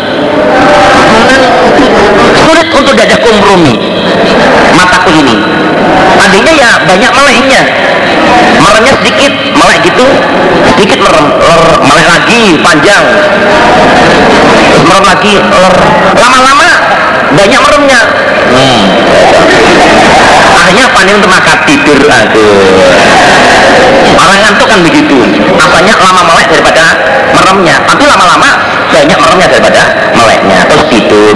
S1: sulit untuk diajak kompromi. Mataku ini tadinya ya banyak meleknya, meremnya sedikit, melek gitu, sedikit merem, ler, melek lagi, panjang, terus merem lagi, ler, lama-lama banyak meremnya. hmm. Akhirnya panik untuk makan tidur. Aduh, orang ngantuk kan begitu, asalnya lama melek daripada meremnya, tapi lama-lama banyak meremnya daripada meleknya, terus tidur.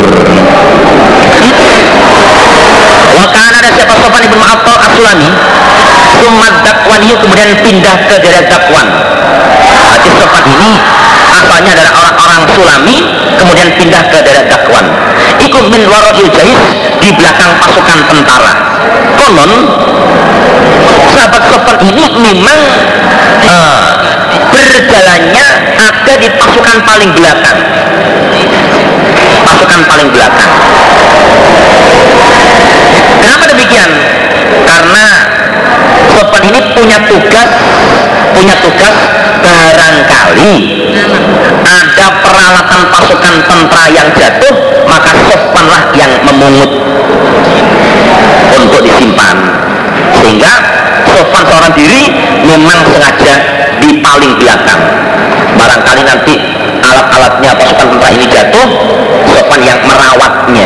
S1: Wakana ada siapa Sofwan ibn Mu'attal As-Sulami, Sumad Dakwani, kemudian pindah ke daerah Dakwan. Jadi Sofwan ini asalnya adalah orang-orang Sulami, kemudian pindah ke daerah Dakwan. Ikut min wara'il jais, di belakang pasukan tentara. Konon sahabat Sofwan ini memang uh, berjalannya ada di pasukan paling belakang, pasukan paling belakang. Kenapa demikian? Karena Sofwan ini punya tugas, punya tugas barangkali ada peralatan pasukan tentara yang jatuh, maka Sofwanlah yang memungut untuk disimpan. Sehingga Sofwan seorang diri memang sengaja di paling belakang. Barangkali nanti alat-alatnya pasukan tentara ini jatuh, Sofwan yang merawatnya.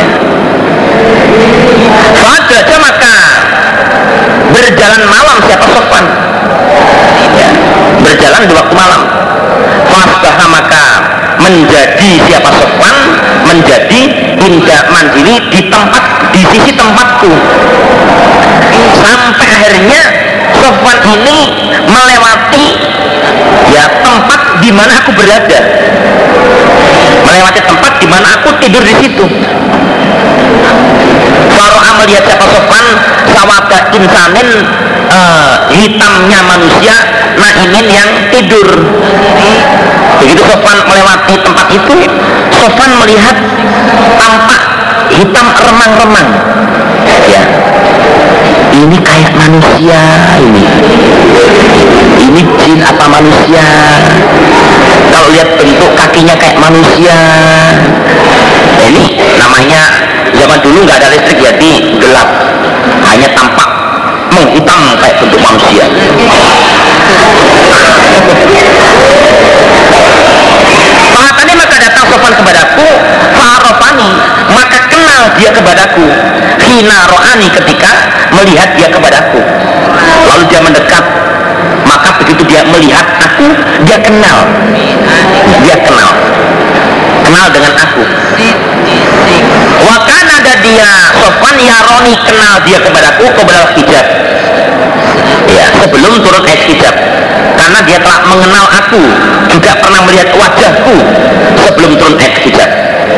S1: Fadja, maka berjalan malam siapa Sofwan, ya, berjalan di waktu malam. Fasbah, maka menjadi siapa Sofwan, menjadi indah manjili di tempat, di sisi tempatku, sampai akhirnya Sofwan ini melewati ya tempat di mana aku berada, melewati tempat di mana aku tidur di situ. Faro'a, melihat siapa Sofwan sawada insanin, uh, hitamnya manusia, naimin yang tidur. Begitu Sofwan melewati tempat itu, Sofwan melihat tampak hitam remang-remang. Ya, ini kayak manusia ini. Ini jin apa manusia? Kalau lihat bentuk kakinya kayak manusia. Ini namanya zaman dulu nggak ada listrik, jadi gelap, hanya tampak menghitam kayak bentuk manusia. Fahatani, maka datang Sofwan kepadaku, Farofani, maka kenal dia kepadaku, hina ro'ani, ketika melihat dia kepadaku. Lalu dia mendekat, maka begitu dia melihat aku, dia kenal, dia kenal. kenal dengan aku. Wakan ada dia Sofwan yaroni kenal dia kepadaku kepada hijab, ya sebelum turun ayat hijab, karena dia telah mengenal aku, juga pernah melihat wajahku sebelum turun ayat hijab.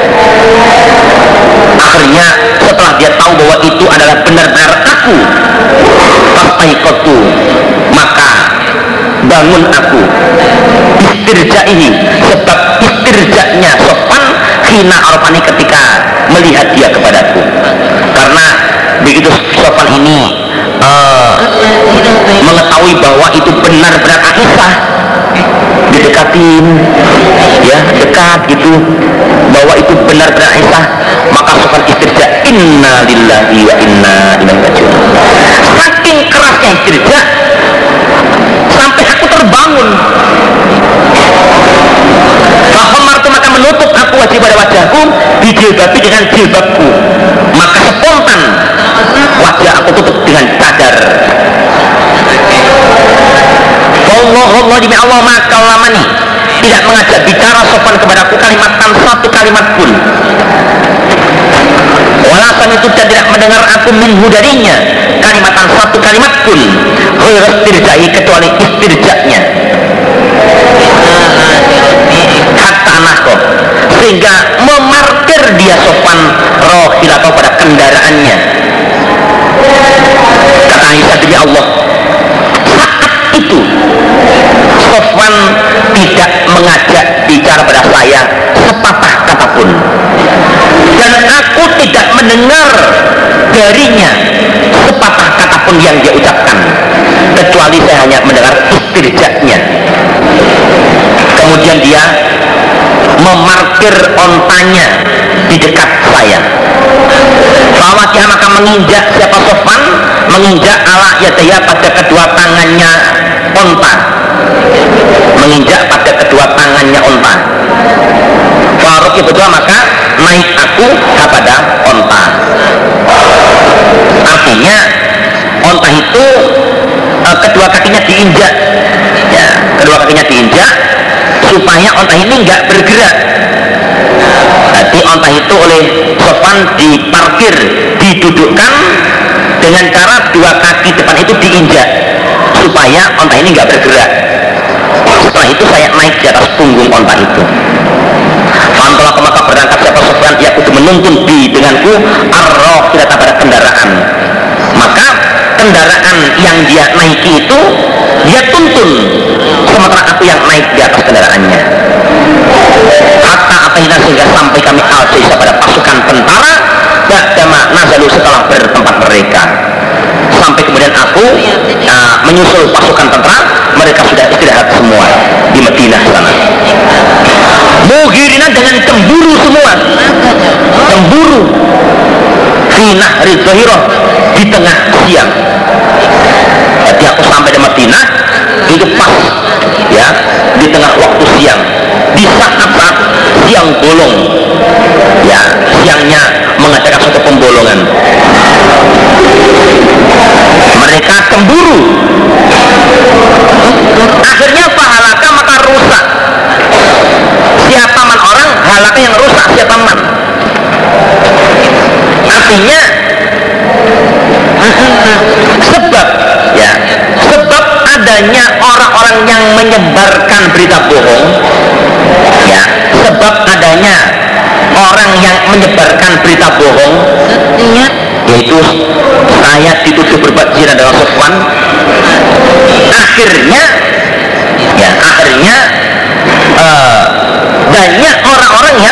S1: Akhirnya setelah dia tahu bahwa itu adalah benar-benar aku, fastaikotu, maka bangun aku, istirjaihi, sebab istirjaknya Sofwan hina arfani ketika melihat dia kepadaku, karena begitu Sofwan ini uh, mengetahui bahwa itu benar-benar Aisyah, didekatin, ya dekat gitu, bahwa itu benar-benar Aisyah, maka Sofwan istirja, inna lillahi wa inna ilaihi raji'un. Saking kerasnya istirja sampai aku terbangun. Fahamartu, maka menutup aku wajib pada wajahku bijilbabi, dengan jilbabku, maka spontan wajah aku tutup dengan cadar. Allah Allah demi Allah, maka lamani, tidak mengajak bicara Sofwan kepadaku kalimatan, satu kalimat pun. Walasan itu tidak mendengar aku minhu darinya kalimatan, satu kalimat pun, istirjai, kecuali istirjaknya. Hatta anako, sehingga memarkir dia Sofwan rohilatau pada kendaraannya. Kata Aisyah demi Allah, saat itu Sofwan tidak mengajak bicara pada saya sepatah kata pun, dan aku tidak mendengar darinya sepatah kata pun yang dia ucapkan, kecuali saya hanya mendengar istirjaknya. Kemudian dia memarkir ontanya di dekat saya. Fawatiha, maka menginjak siapa Sofwan, menginjak ala yadaya pada kedua tangannya onta, menginjak pada kedua tangannya onta. Faruqi betul, maka naik aku kepada onta. Artinya onta itu eh, kedua kakinya diinjak, ya, kedua kakinya diinjak supaya onta ini nggak bergerak. Jadi onta itu oleh Sofwan diparkir, didudukkan dengan cara dua kaki depan itu diinjak supaya onta ini nggak bergerak. Setelah itu saya naik di atas punggung onta itu. Fantolah, maka berangkat siapa Sofwan, ia kudu menuntun di denganku arroh tidak pada kendaraan. Maka kendaraan yang dia naiki itu dia tuntun, sementara aku yang naik di atas kendaraannya. Hatta ataina, sehingga sampai kami al-jaisa pada pasukan tentara, ba'dama nazalu, setelah bertempat mereka. Sampai kemudian aku uh, menyusul pasukan tentara, mereka sudah istirahat semua di Madinah sana. Mughirina, dengan cemburu semua, cemburu finah ridzohiroh, di tengah siang. Jadi aku sampai di Madinah itu pas, ya, di tengah waktu siang, di saat-saat siang bolong, ya, siangnya mengadakan suatu pembolongan. Mereka cemburu. Akhirnya pahalaka, maka rusak. Siapa man orang, halaka yang rusak siapa man. Artinya sebab, ya, sebab adanya orang-orang yang menyebarkan berita bohong, ya, sebab adanya orang yang menyebarkan berita bohong, yaitu saya dituduh berbuat zina dengan Sofwan. Akhirnya, ya, akhirnya uh, banyak orang-orang yang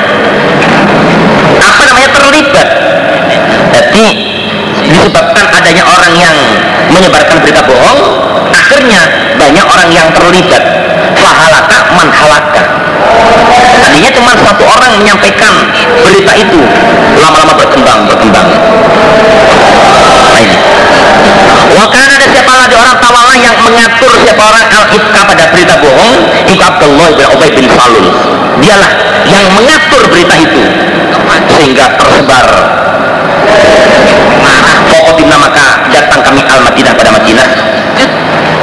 S1: apa namanya terlibat. Jadi disebabkan adanya orang yang menyebarkan berita bohong, akhirnya banyak orang yang terlibat. Fahalaka man halaka. Tadinya cuma satu orang menyampaikan berita itu, lama-lama berkembang berkembang. Nah ini. Wakan ada siapa lagi orang tawala yang mengatur siapa orang al-ifka pada berita bohong, itu Abdullah bin Ubay bin Salul. Dialah yang mengatur berita itu sehingga tersebar. Pokoknya maka datang kami al-Madinah pada Madinah.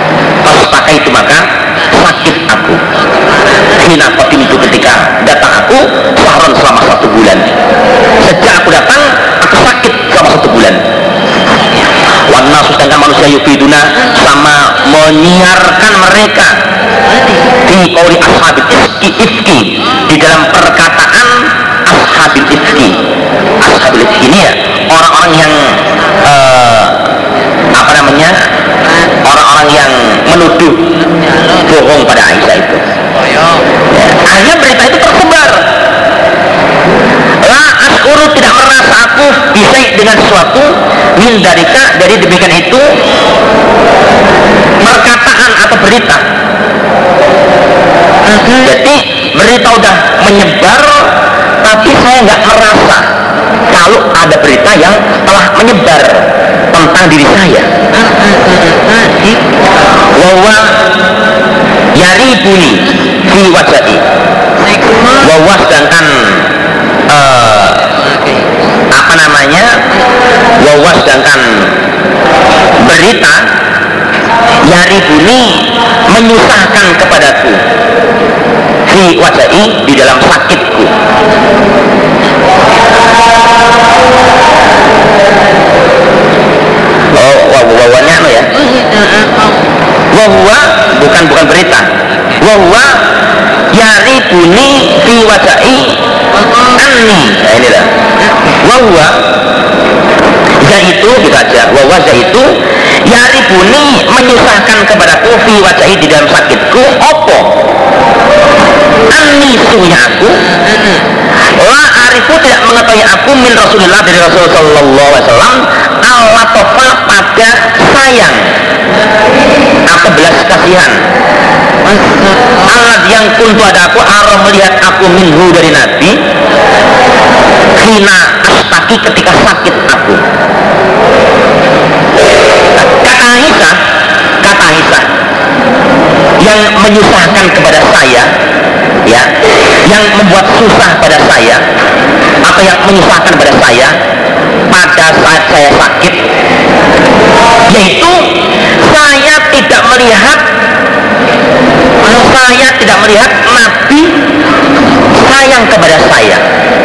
S1: Pas pakai itu maka sakit aku. Hina kotim itu ketika datang aku aku sahron selama satu bulan. Sejak aku datang aku sakit selama satu bulan. Warna sedangkan manusia yufiduna sama menyiarkan mereka di qauli ashabil ifki ifki di dalam perkataan ashabil ifki. Ashabil ifki ini ya orang-orang yang uh, apa namanya orang-orang yang menuduh bohong pada Aisyah itu. Ya, akhirnya berita itu tersebar. La ashuru tidak merasa aku bisa dengan sesuatu min darika dari demikian itu perkataan atau berita. Jadi berita udah menyebar tapi saya nggak merasa kalau ada berita yang telah menyebar tentang diri saya. Wawa yaribuni fi wajhi. Wawa sedangkan uh, apa namanya? Wawa sedangkan berita yaribuni menyusahkan kepadaku fi wajhi di dalam sakitku. Oh, wawanya anu ya. Wahwa bukan bukan berita. Wahwa yaribuni fi wajhi anni. Nah inilah. Wahwa yaitu kita aja. Wahwa yaitu yaribuni menyusahkan kepadaku fi wajhi di dalam sakitku. Opo? Anni sunya aku. La arifu tidak mengetahui aku min Rasulullah dari Rasul sallallahu alaihi wasallam Allah tofa pada sayang atau belas kasihan. Allah yang kuntu ada aku arah melihat aku minhu dari Nabi hina astaki ketika sakit aku. Kata Aisyah, kata Aisyah yang menyusahkan kepada saya, ya, yang membuat susah pada saya atau yang menyusahkan pada saya pada saat saya sakit, yaitu saya tidak melihat saya tidak melihat Nabi sayang kepada saya.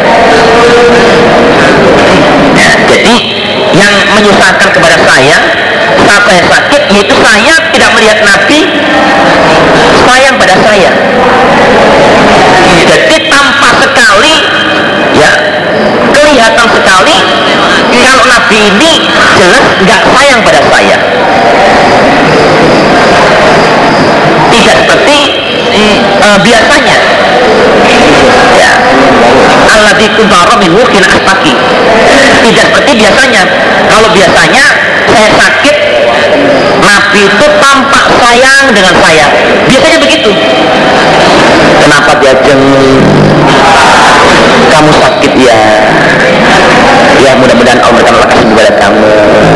S1: Ya, jadi yang menyusahkan kepada saya saat saya sakit yaitu saya tidak melihat Nabi sayang pada saya. Jadi tampak sekali, ya, kelihatan sekali kalau Nabi ini jelas nggak sayang pada saya. Tidak seperti uh, biasanya. Ya, alladzi kuntu minhu hina astaqi. Tidak seperti biasanya. Kalau biasanya saya sakit, Nabi itu tampak sayang dengan saya. Biasanya begitu. Kenapa dia jeng? Kamu sakit ya? Ya mudah-mudahan Allah akan kasih kepada kamu.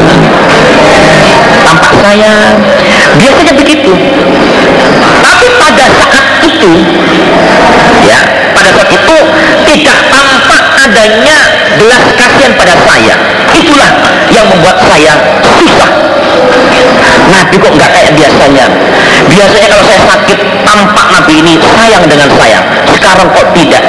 S1: Tampak sayang. Biasanya begitu. Tapi pada saat itu, ya, pada saat itu tidak tampak adanya belas kasihan pada saya. Itulah yang membuat saya susah. Nabi kok nggak kayak biasanya. Biasanya kalau saya sakit tampak Nabi ini sayang dengan saya. Sekarang kok tidak.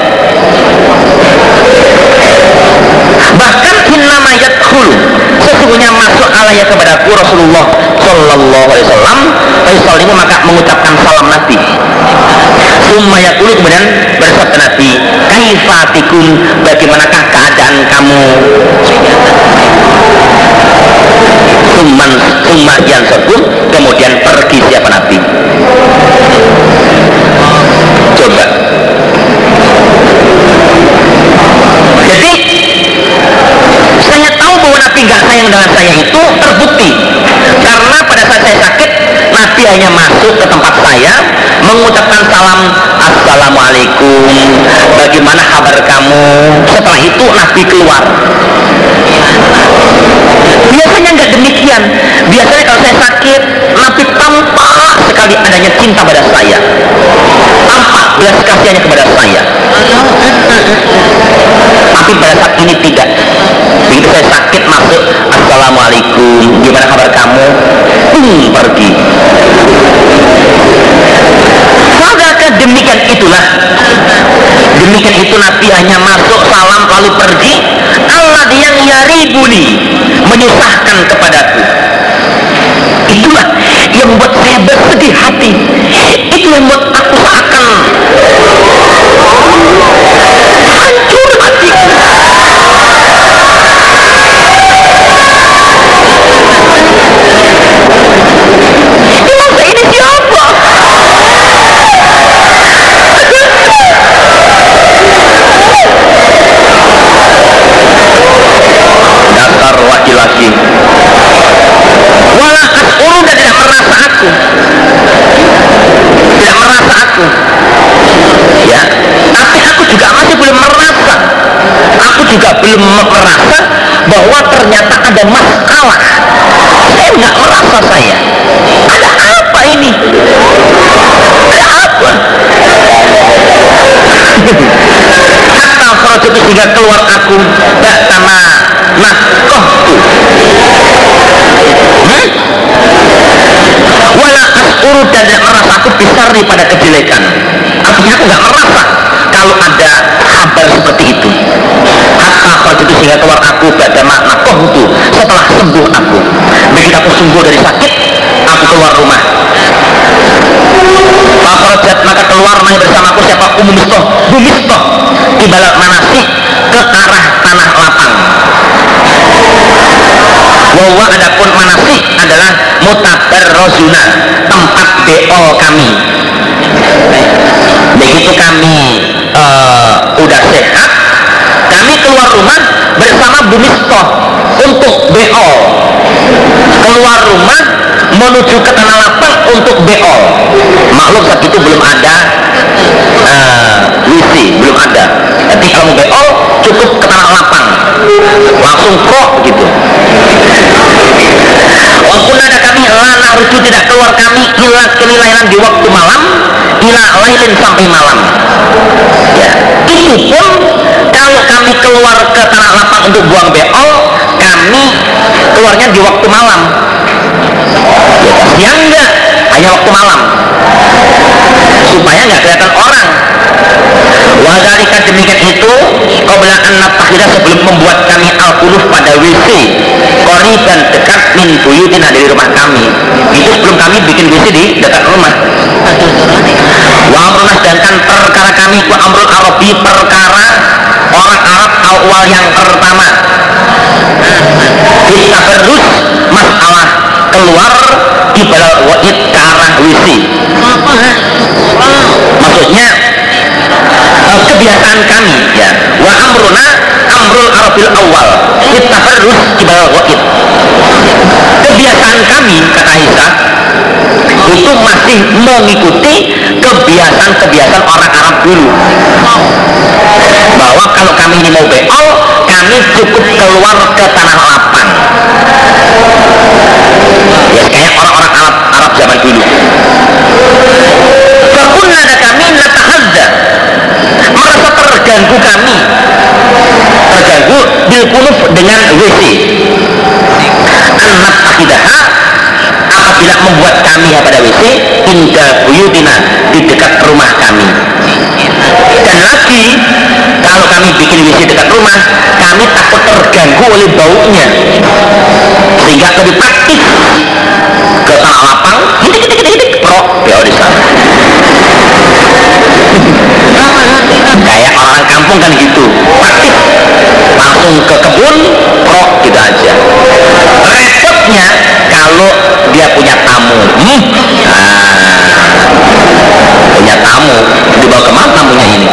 S1: Bahkan innama yadkhul, sesungguhnya masuk alaya kepadaku Rasulullah sallallahu alaihi wasallam Faisal ini maka mengucapkan salam Nabi. Summa yaqulu, kemudian bersabda Nabi, kaifatikum, bagaimanakah keadaan kamu? Summan summa yansabun, kemudian pergi siapa Nabi? Coba. Jadi saya tahu bahwa Nabi nggak sayang dengan saya itu terbukti karena pada saat saya sakit Nabi hanya masuk ke tempat saya mengucapkan salam, assalamualaikum, bagaimana kabar kamu? Setelah itu Nabi keluar. Biasanya nggak demikian. Biasanya kalau saya sakit Nabi tampak sekali adanya cinta pada saya, tampak belas kasihannya kepada saya. Tapi pada saat ini tidak. Begitu saya sakit masuk, assalamualaikum, gimana kabar kamu? Hmm, pergi. Maka demikian itulah demikian itu Nabi hanya masuk salam lalu pergi. Allah yang yaribuni, menyusahkan kepadaku. Itulah yang membuat saya bersedih hati. Itu yang membuat aku seakan hancur hatiku. Emang saya ini siapa? Dasar laki-laki. Wala as'uru, dan tidak merasa aku, tidak merasa aku, ya. Tapi aku juga masih belum merasa, aku juga belum merasa bahwa ternyata ada masalah. Saya nggak merasa saya. Ada apa ini? Ada apa? Hatta kharajtu, sehingga keluar aku ba'tama nakohtu. Hmm? Wala as'uru, dan tidak merasa aku besar daripada kejelekan. Artinya aku nggak merasa kalau ada kabar seperti itu. Hatta kharajtu, sehingga keluar aku ba'tama nakohtu, setelah sembuh aku. Begitu aku sembuh dari sakit, aku keluar rumah. Fakhrajat, maka keluar main bersamaku siapa? Ummu Mistah, Bu Mistah, ibarat manasik, ke arah tanah lapang. Wawa, adapun manasik adalah mutabarrozuna, tempat do kami. Begitu kami uh, udah sehat, kami keluar rumah bersama Bu Mistah untuk do. Keluar rumah menuju ke tanah lapang untuk do. Maklum saat itu belum ada uh, W C, belum ada. Jadi kalau mau do cukup ke tanah lapang, langsung krok gitu. Walaupun ada kami lana rujuk, tidak keluar kami ilah kelilainan di waktu malam, ilah lailin, sampai malam. Ya, itu pun kalau kami keluar ke tanah lapang untuk buang do, kami keluarnya di waktu malam. Ya, siang enggak, hanya waktu malam, supaya nggak kelihatan orang. Wadhalika, demikian itu qabla an nattakhidha, sebelum membuat kami al-quluf pada W C qoriban, dekat min buyutina, dari rumah kami. Itu sebelum kami bikin W C di dekat rumah. Wa amruna, sedangkan perkara kami wa amrul arabi, perkara orang Arab awal yang pertama. Kita terus masalah keluar ibarat wa'id ke arah W C. Maksudnya uh, kebiasaan kami, ya. Wa amruna amrul arabil awal, kita terus ibarat wa'id. Kebiasaan kami, kata Aisyah, itu masih mengikuti kebiasaan-kebiasaan orang Arab dulu, bahwa kalau kami ini mau beol, kami cukup keluar ke tanah lapang, ya kayak orang-orang Arab, Arab zaman dulu. Fakunna, ada kami natahadza, merasa terganggu kami, terganggu bilkunuf, dengan W C. Anak akidaha, apabila membuat kami pada W C inda buyutina, di dekat rumah kami. Dan lagi kalau kami bikin W C dekat rumah, kami takut terganggu oleh baunya, sehingga lebih praktis ke tanah lapang, hidik-hidik-hidik prok ya di sana. Kayak orang kampung kan gitu, praktis, langsung ke kebun prok gitu aja. Repotnya kalau dia punya tamu, hmm, nah, punya tamu, dibawa kemana tamunya ini?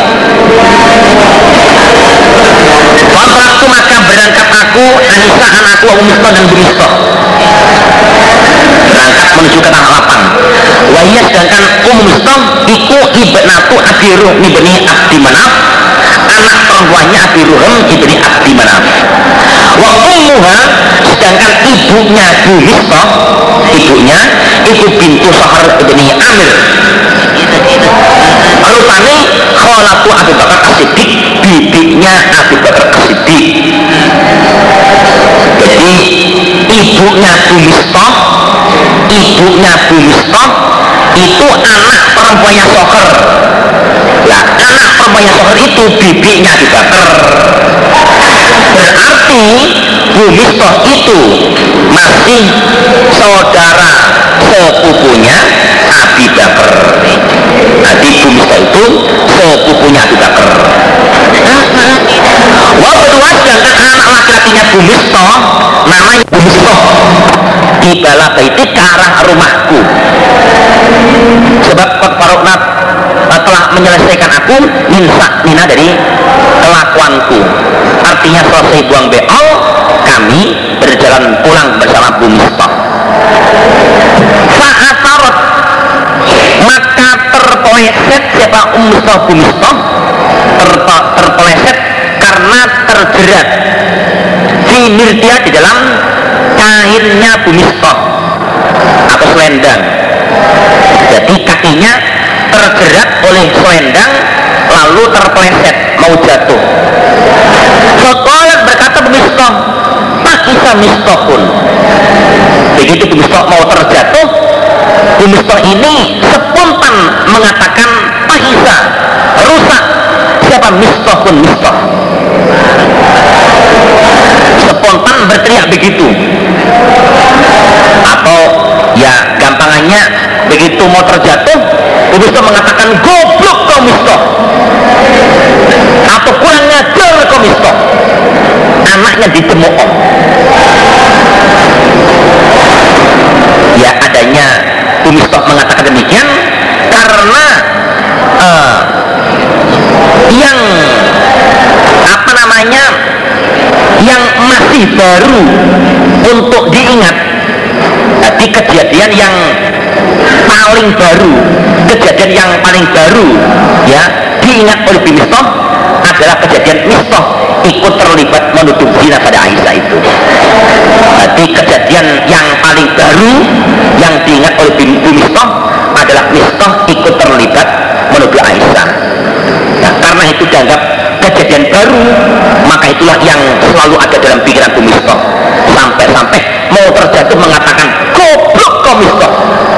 S1: Kontraktu, maka berangkat aku, Anissa, anakku, Ummu Mistah dan Bu Mistah, berangkat menuju ke tanah lapang. Wahia, sedangkan Ummu Mistah iku ibnatu Abi Ruhm ibni Abdi Manaf, anak perempuannya Abi Ruhm ibni Abdi Manaf. Wa ummuha, sedangkan ibunya Bu Mistah, ibunya ibu bintu Sahar ibni Amir, rupane kholatu Abu Bakar As-Siddiq, bibinya Abu Bakar As-Siddiq. Jadi ibunya Bu Mistah, ibunya Bu Mistah itu anak perempuannya Soher. Nah, anak perempuan yang sohor itu bibinya dibakar. Berarti Bu Mistah itu masih saudara sepupunya Abi Bakar. Jadi Bu Mistah itu sepupunya Abi Bakar. Wah, kedua sedangkan anak laki-lakinya Bu Mistah namanya Bu Mistah di bala baiti ke arah rumahku. Sebab Qad Farokna telah menyelesaikan aku minsa nina dari kelakuanku. Artinya selesai buang beol, kami berjalan pulang bersama Bu Mistah. Saat tarot maka terpeleset siapa Um Mistah Bu Mistah ter terpeleset karena terjerat finirtia di dalam kainnya Bu Mistah atau selendang. Jadi kakinya terjerat oleh selendang lalu terpeleset mau jatuh. Faqalat berkata Bu Mistah, tak bisa Mistah pun. Begitu Bu Mistah mau terjatuh, Bu Mistah ini spontan mengatakan tak bisa, rusak. Siapa Mistah pun Mistah. Spontan berteriak begitu. Atau ya gampangannya begitu mau terjatuh, Bu Mistah mengatakan goblok kau Mistah, atau kurang ngajar kau Mistah. Anaknya dicemooh. Ya adanya Bu Mistah mengatakan demikian karena uh, yang apa namanya yang masih baru untuk diingat. Jadi kejadian yang paling baru, kejadian yang paling baru ya diingat oleh Bu Mistah adalah kejadian Mistah ikut terlibat menuduh zina pada Aisyah itu. Jadi kejadian yang paling baru yang diingat oleh Bu Mistah adalah Mistah ikut terlibat menuduh Aisyah. Nah, karena itu dianggap kejadian baru, maka itulah yang selalu ada dalam pikiran Bu Mistah. Sampai-sampai mau terjatuh mengatakan goblok kau Mistah.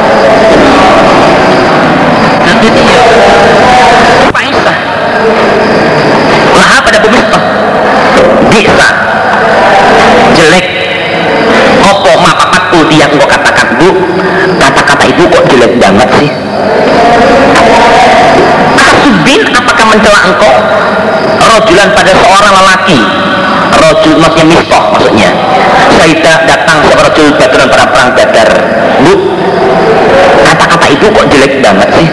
S1: Nanti dia Aisyah lah pada Bu Mistah bisa jelek opo mapapatku dia engkau katakan Bu, kata-kata ibu kok jelek banget sih. Asubin apakah mencela engkau rojulan pada seorang lelaki, rojul maksudnya Mistah maksudnya. Sayyidah datang seorang rojul Badran pada perang Badar. Bu, kata-kata ibu kok jelek banget sih.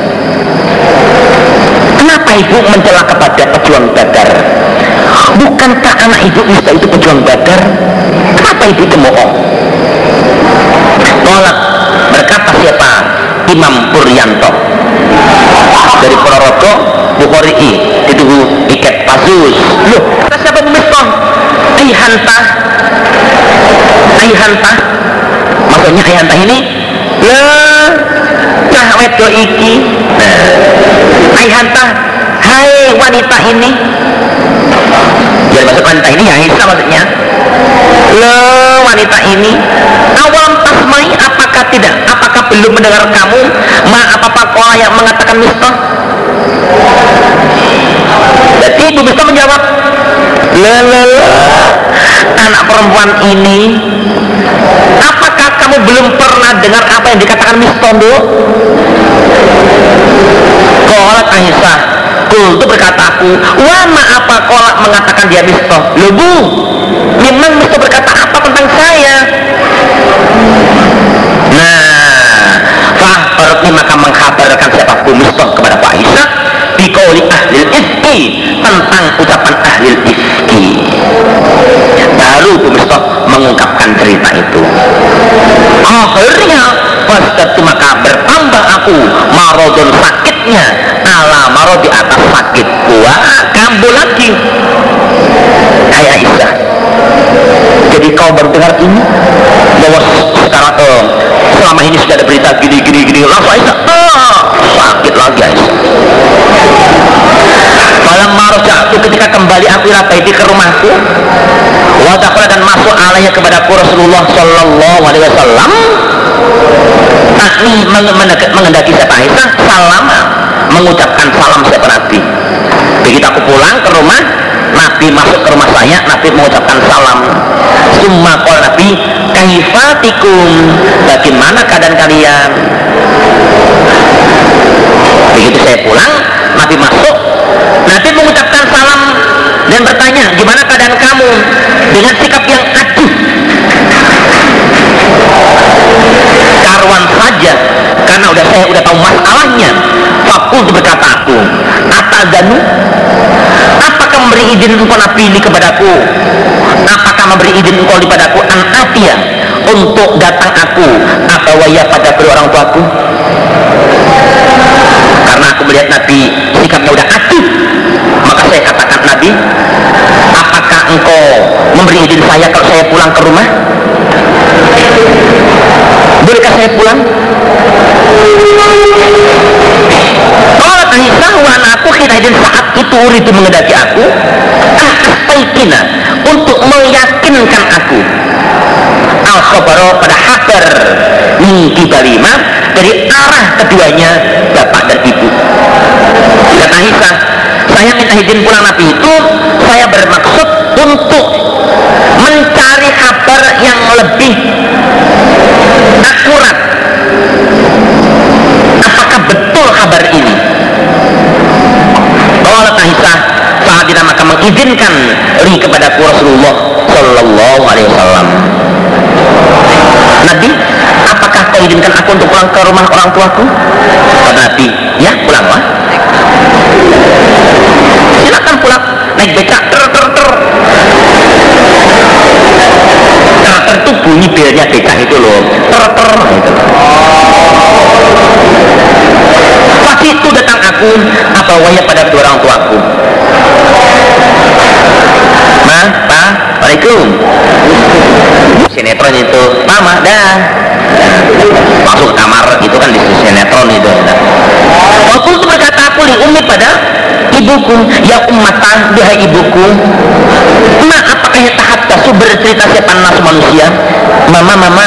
S1: Kenapa ibu mencela kepada pejuang Badar? Bukankah anak ibu Mistah itu pejuang Badar? Kenapa ibu cemooh? Tolak berkata siapa? Imam Puryanto dari Ponorogo Bukhari itu iket pasus. Loh, kata siapa Bu Mistah? Ayhantah Ayhantah maksudnya Ayhantah ini lah cah wedo iki. Nah, Ayhantah hai wanita ini. Jadi maksud wanita ini ya Aisyah maksudnya. Loh wanita ini awam tasmai apakah tidak apakah belum mendengar kamu ma apa-apa kola yang mengatakan Mistah. Jadi Ibu Mistah menjawab, lelele anak perempuan ini, apakah kamu belum pernah dengar apa yang dikatakan Mistah dulu? Kolat Aisyah, kul itu berkata aku, wah ma apa kolak mengatakan dia Mistah? Loh Bu, memang Mistah berkata apa tentang saya? Nah, Fah Farukni maka mengkabarkan siapa Bu Mistah kepada Pak Aisyah biqauli ahlil ifki, tentang ucapan ahlil ifki. Baru Bu Mistah mengungkapkan cerita itu. Akhirnya fasdatu maka bertambah aku marodon sakitnya ala marod di atas sakit gua kambuh lagi. Hai Aisyah, jadi kau baru dengar ini bahwa sekarang eh, selama ini sudah ada berita gini gini gini langsung Aisyah ah, sakit lagi Aisyah. Malam maroja'tu ketika kembali aku ila baiti ke rumahku wa dakhala dan masuk alaiya kepadaku Rasulullah sallallahu alaihi wasallam takni mengendaki siapa Aisyah salam mengucapkan salam siapa Nabi. Begitu aku pulang ke rumah, Nabi masuk ke rumah saya, Nabi mengucapkan salam. Summa qala Nabi, kaifatikum, bagaimana keadaan kalian? Begitu saya pulang, Nabi masuk, Nabi mengucapkan salam dan bertanya, gimana keadaan kamu? Dengan sikap yang aduh, karuan saja, karena udah saya udah tahu masalahnya. Fakul berkata aku, atadanu, apakah memberi izin engkau Nabi ini kepadaku? Apakah memberi izin engkau kepadaku an atia, untuk datang aku atau waya pada kedua orang tuaku? Karena aku melihat Nabi sikapnya udah aduh, maka saya katakan, Nabi, apakah engkau memberi izin saya kalau saya pulang ke rumah? Bolehkah saya pulang? Kalau Aisyah wan aku kita izin saat itu itu mengendaki aku, astaikina, untuk meyakinkan aku al-khabaro pada habar min kibalima, dari arah keduanya bapak dan ibu. Dan Aisyah, saya minta izin pulang Nabi itu, saya bermaksud untuk mencari kabar yang lebih akurat. Apakah betul kabar ini? Kalau Aisyah saat tidak maka mengizinkan ri kepada Rasulullah Sallallahu Alaihi Wasallam. Nabi, apakah kau izinkan aku untuk pulang ke rumah orang tuaku? Kata Nabi, ya pulanglah. Silakan pulang, naik becak ter ter ter. Ter ter itu bunyi belnya becak itu loh, ter ter itu. Pasti itu datang aku apa waya pada kedua orang tuaku. Ma, pa, waalaikum. Sinetron itu, mama dah. Masuk ke kamar itu kan di sinetron itu. Waktu itu berkata aku li umi pada ibuku, ya ummatan, duhai ibuku, ma apakah yang tahap kasu bercerita siapa nas manusia? Mama, mama,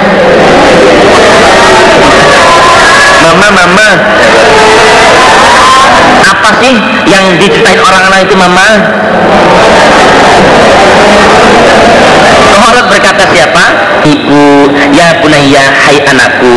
S1: mama, mama, apa sih yang diceritain orang-orang itu mama? Kholot berkata siapa? Ibu, ya bunayya, hai anakku,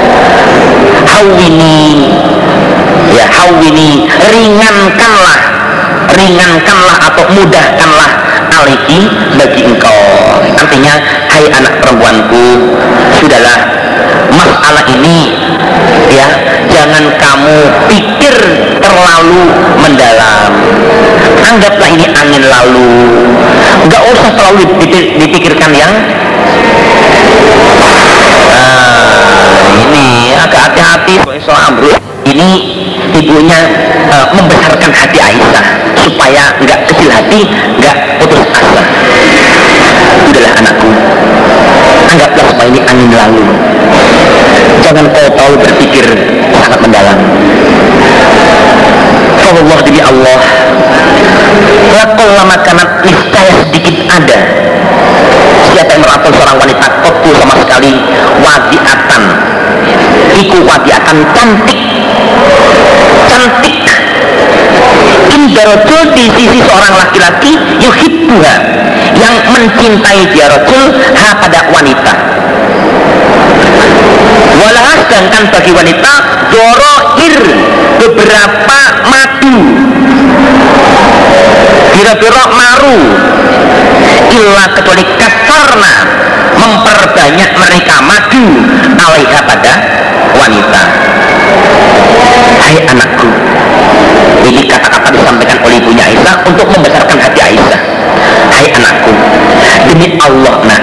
S1: hawini, ya hawini, ringankanlah, ringankanlah atau mudahkanlah aliki bagi engkau. Artinya, hai anak perempuanku, sudahlah masalah ini, ya jangan kamu pikir terlalu mendalam. Anggaplah ini angin lalu, nggak usah terlalu dipikirkan yang nah, ini agak hati-hati soal Amrul. Ini ibunya uh, membesarkan hati Aisyah supaya nggak kecil hati, nggak putus asa. Udahlah anakku, anggaplah semua ini angin lalu, jangan kau tahu berpikir sangat mendalam. Allah demi Allah, lakul lama kanat niscaya sedikit ada siapa yang merangkul seorang wanita kotu sama sekali wadiatan, iku wadiatan cantik, cantik indarojul di sisi seorang laki-laki yuhibbuha, yang mencintai dia rojul ha pada wanita. Walah sedangkan bagi wanita doroir beberapa madu, bira-bira maru, illa kecuali kasarna memperbanyak mereka madu alaiha pada wanita. Hai anakku, ini kata-kata disampaikan oleh ibunya Aisyah untuk membesarkan hati Aisyah. Hai anakku, demi Allah nak,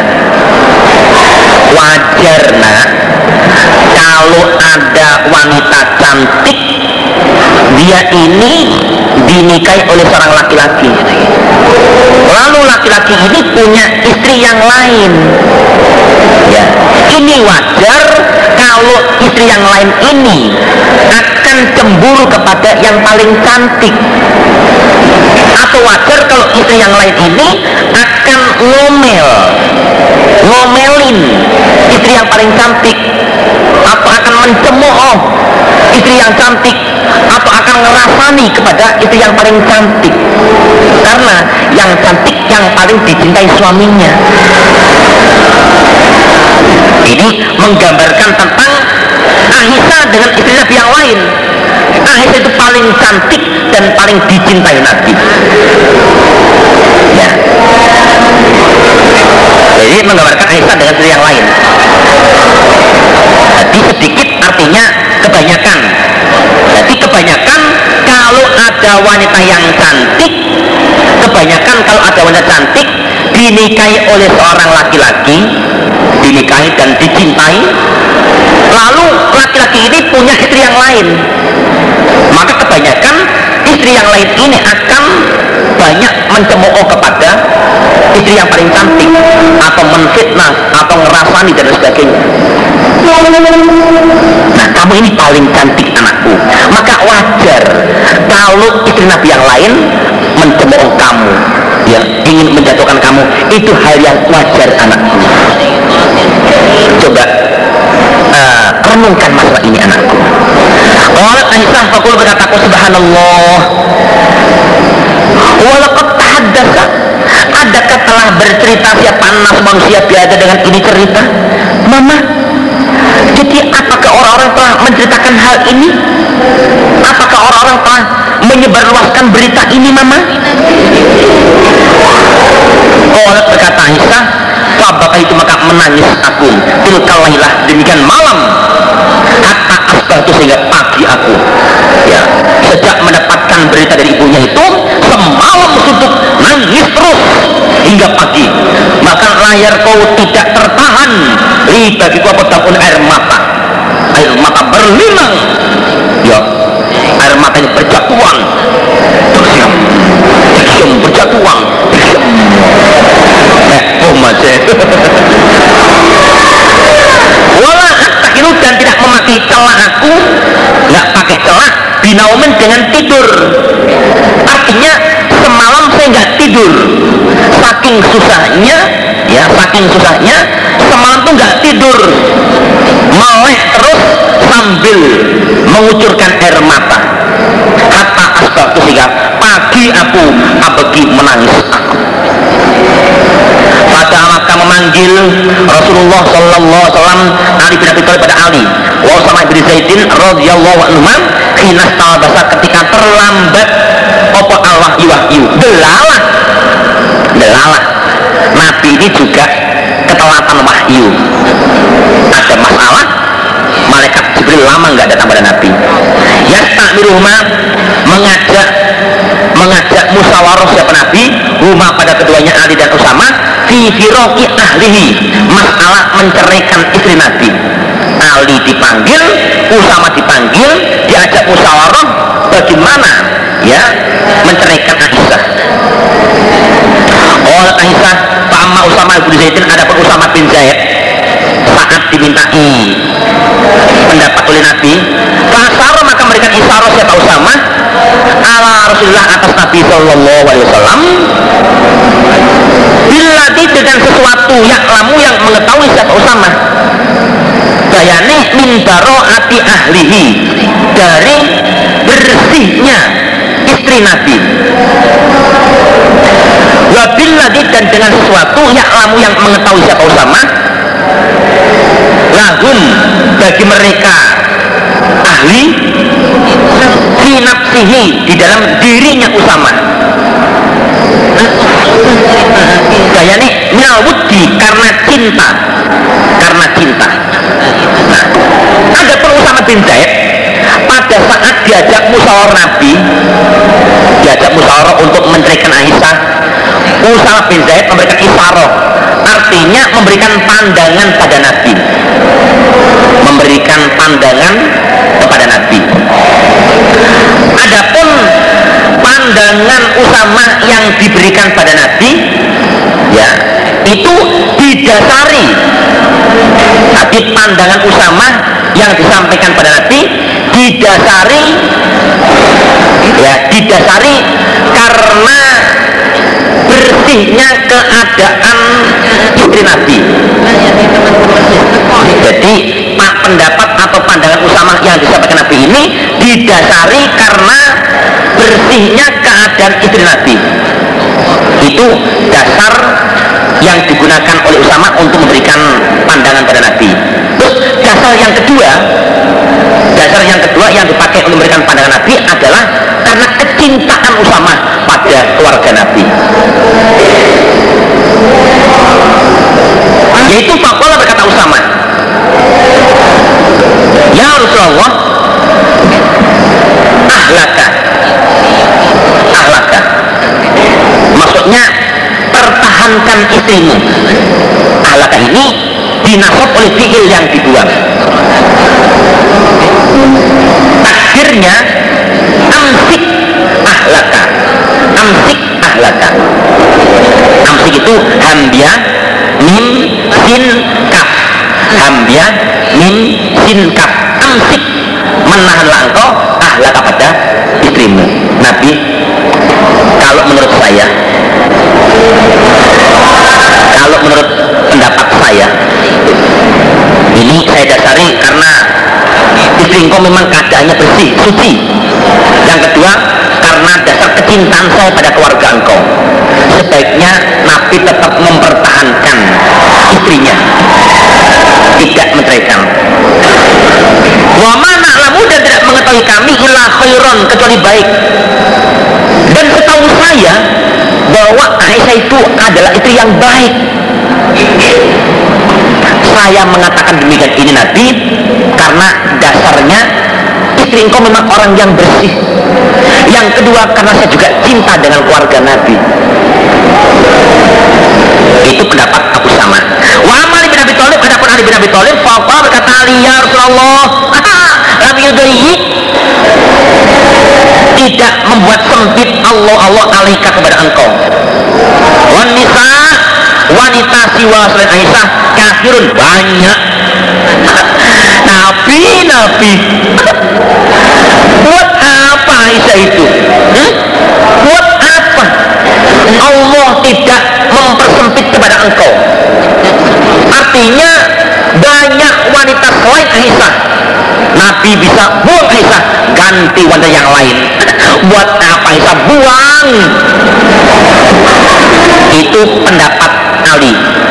S1: wajar nak kalau ada wanita cantik dia ini dinikahi oleh seorang laki-laki, lalu laki-laki ini punya istri yang lain, ya ini wajar kalau istri yang lain ini akan cemburu kepada yang paling cantik, atau wajar kalau istri yang lain ini akan ngomel ngomelin istri yang paling cantik, atau akan mencemooh istri yang cantik, atau ngerasani kepada itu yang paling cantik, karena yang cantik yang paling dicintai suaminya. Ini menggambarkan tentang Aisyah dengan istri Nabi yang lain. Aisyah itu paling cantik dan paling dicintai Nabi, ya. Jadi menggambarkan Aisyah dengan istri yang lain. Jadi sedikit artinya kebanyakan. Jadi kebanyakan kalau ada wanita yang cantik, kebanyakan kalau ada wanita cantik dinikahi oleh seorang laki-laki, dinikahi dan dicintai, lalu laki-laki ini punya istri yang lain, maka kebanyakan istri yang lain ini akan banyak mencemooh kepada istri yang paling cantik, atau menfitnah, atau ngerasani dan sebagainya. Nah, kamu ini paling cantik anakku, maka wajar kalau istri Nabi yang lain mencemooh kamu, yang ingin menjatuhkan kamu, itu hal yang wajar anakku. Coba uh, renungkan masalah ini anakku. Qalat Aisyah faqul berkataku subhanallah walaqad tahaddatsa, adakah telah bercerita siapa nas manusia biada dengan ini cerita mama? Jadi apakah orang-orang telah menceritakan hal ini? Apakah orang-orang telah menyebarluaskan berita ini mama? Qalat berkata Aisyah fabaka itu maka menangis aku tilkal lailah demikian malam hatta asbahtu sehingga pagi aku, ya, sejak mendapatkan berita dari ibunya itu semalam suntuk nangis terus hingga pagi, maka layar kau tidak tertahan li bagiku apa tahun air mata, air mata berlinang, ya, air matanya berjatuhan tersiam tersiam berjatuhan tersiam eh oh macet wala attakilu dan tidak memakai celah aku, nggak pakai celah binaumen dengan tidur, artinya semalam saya nggak tidur saking susahnya, ya, saking susahnya semalam tuh nggak tidur, melek terus sambil mengucurkan air mata hatta asbahtu sehingga pagi aku abegi menangis aku. Pada maka memanggil Rasulullah Sallallahu Alaihi Wasallam Ali bin Abi Thalib pada Ali wa Usamah bin Zaidin radhiyallahu anhuma khinas talabasa ketika terlambat apa al-wahyu wahyu delalah delalah Nabi ini juga ketelatan wahyu, ada masalah malaikat Jibril lama nggak datang pada Nabi, yastamiruhuma mengajak mengajak musyawarah siapa Nabi huma pada keduanya Ali dan Usamah fi firaqi ahlihi, masalah menceraikan istri Nabi. Ali dipanggil, Usamah dipanggil, diajak musyawarah bagaimana, ya, menceraikan Aisyah. Oleh Aisyah sama Usamah bin Zaidin, adapun Usamah bin Zaid saat dimintai pendapat oleh Nabi, fasar maka memberikan isyarat siapa Usamah ala Rasulullah atas Nabi Sallallahu Alaihi Wasallam bilati dengan sesuatu yang lamu yang mengetahui siapa Usamah bayane min baro'ati ahlihi, dari bersihnya istri Nabi, wabillati dan dengan sesuatu yang lamu yang mengetahui siapa Usamah lahum bagi mereka ahli fi nafsihi di dalam dirinya Usamah bayane minal wuddi karena cinta, karena cinta. Nah, ada pun Usamah bin Zaid pada saat diajak musyawarah Nabi, diajak musyawarah untuk menceraikan Aisyah, Usamah bin Zaid memberikan isyarat, artinya memberikan pandangan pada Nabi, memberikan pandangan kepada Nabi. Adapun pandangan Usamah yang diberikan pada Nabi, ya, itu didasari, tapi pandangan Usamah yang disampaikan pada Nabi didasari, ya, didasari karena bersihnya keadaan istri Nabi. Jadi pak pendapat atau pandangan Usamah yang disampaikan Nabi ini didasari karena bersihnya keadaan istri Nabi. Itu dasar yang digunakan oleh Usama untuk memberikan pandangan pada Nabi. Terus dasar yang kedua, dasar yang kedua yang dipakai untuk memberikan pandangan Nabi adalah karena kecintaan Usama pada keluarga Nabi. Yaitu faqala, berkata Usama, ya Rasulullah, ahlaka, ahlaka, maksudnya pertahankan istrimu. Ahlaka ini dinasab oleh fi'il yang dibuang. Takdirnya amsik ahlaka, amsik ahlaka. Amsik itu hambia mim sin kaf, hambia mim sin kaf. Amsik, menahanlah engkau ahlaka pada istrimu. Nabi, kalau menurut saya, kalau menurut pendapat saya, ini saya dasari karena istri engkau memang keadaannya bersih, suci. Yang kedua, karena dasar kecintaan saya pada keluarga engkau, sebaiknya Nabi tetap mempertahankan istrinya, tidak menceraikan. Wa mana lamu, dan tidak mengetahui kami illa khairon, kecuali baik. Dan setahu saya bahwa Aisyah itu adalah istri yang baik. Saya mengatakan demikian ini Nabi karena dasarnya istri engkau memang orang yang bersih. Yang kedua, karena saya juga cinta dengan keluarga Nabi. Itu pendapat Abu Sama. Wa Ali bin Abi Thalib, adapun Ali bin Abi Thalib, faqala, berkata Ali, ya Rasulullah, lam yudayyi, tidak membuat sempit Allah Allah alaika kepada engkau. Wan nisa, wanita siwa selain Aisyah kafirun, banyak. Nabi, Nabi buat apa Aisyah itu? Hmm? Buat apa Allah tidak mempersempit kepada engkau? Artinya banyak wanita selain Aisyah. Nabi bisa buang Aisyah, ganti wanita yang lain. Buat apa Aisyah? Buang. Itu pendapat Ali.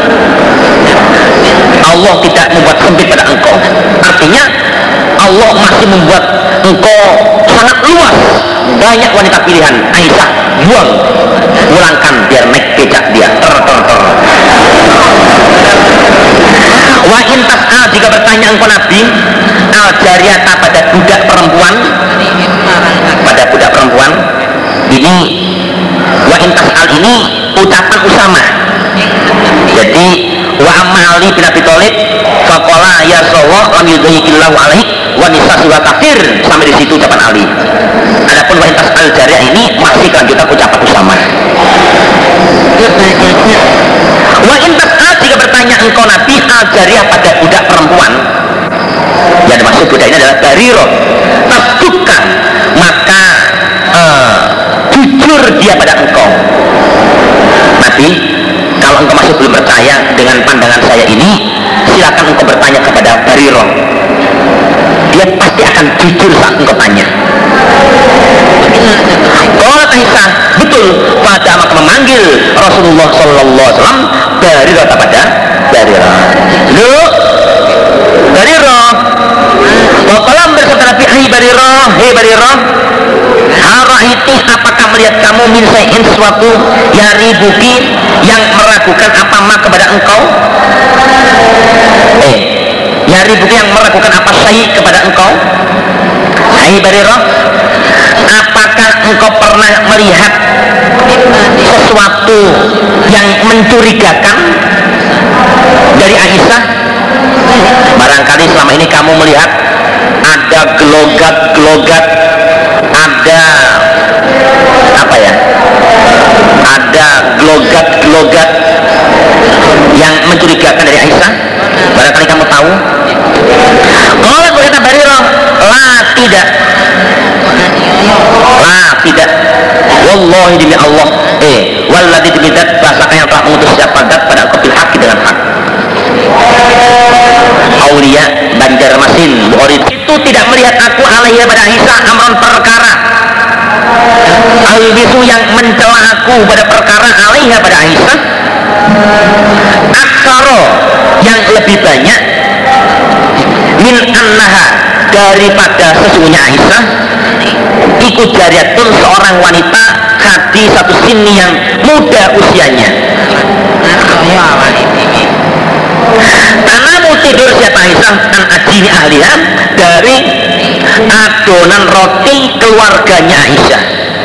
S1: Allah tidak membuat sempit pada engkau. Artinya Allah masih membuat engkau sangat luas, banyak wanita pilihan. Aisyah buang, pulangkan biar naik becak dia. Ter ter ter. Wa in tas'al, jika bertanya engkau Nabi, al jariyata, pada budak perempuan, pada budak perempuan ini, wa in tas'al ini ucapan Usama. Jadi wa amma Ali bin Abi Thalib faqala ya Rasulullah lam yudhikillahu alaihi wa nisa siwa kafir, sampai di situ ucapan Ali. Adapun wa in tas'al jariyah ini masih kelanjutan ucapan Usama. Wa in tas'al, jika bertanya engkau Nabi al jariyah pada budak perempuan, yang dimaksud budak ini adalah Barirah, tasdukkan, maka uh, jujur dia pada engkau. Nabi, kalau engkau masih belum percaya dengan pandangan saya ini, silakan engkau bertanya kepada Barirah. Dia pasti akan jujur saat engkau tanya. Kalau Aisyah, betul, pada maka memanggil Rasulullah Sallallahu Alaihi Wasallam Barirah kepada Barirah. Lu, Barirah. Wakalam bersabda Nabi, hei Barirah, hei Barirah, harahiti, apakah melihat kamu min sayin, sesuatu yari buki, yang meragukan apa ma kepada engkau? Eh, yari buki, yang meragukan apa sayi kepada engkau? Hai Barirah, apakah engkau pernah melihat sesuatu yang mencurigakan dari Aisyah? Barangkali selama ini kamu melihat ada gelogat-gelogat, ada apa ya, ada gelogat-gelogat yang mencurigakan dari Aisyah. Barangkali kamu tahu. Kalau berkata Barirah, la tidak, la tidak, wallahi demi Allah, eh walladzi demi zat, bahasakan yang telah mengutus siapa zat pada aku bil haqi, dengan hak. Aulia Banjarmasin Bukhari, itu tidak melihat aku alaihi pada Aisyah amron perkara, Alwisu yang mencela aku pada perkara alaiha pada Aisyah, aksaro yang lebih banyak, min annaha daripada sesungguhnya Aisyah ikut jariatun seorang wanita hati satu sini yang muda usianya. Karena mau tidur siapa Aisyah an ajini ahliha dari adonan roti keluarganya Aisyah.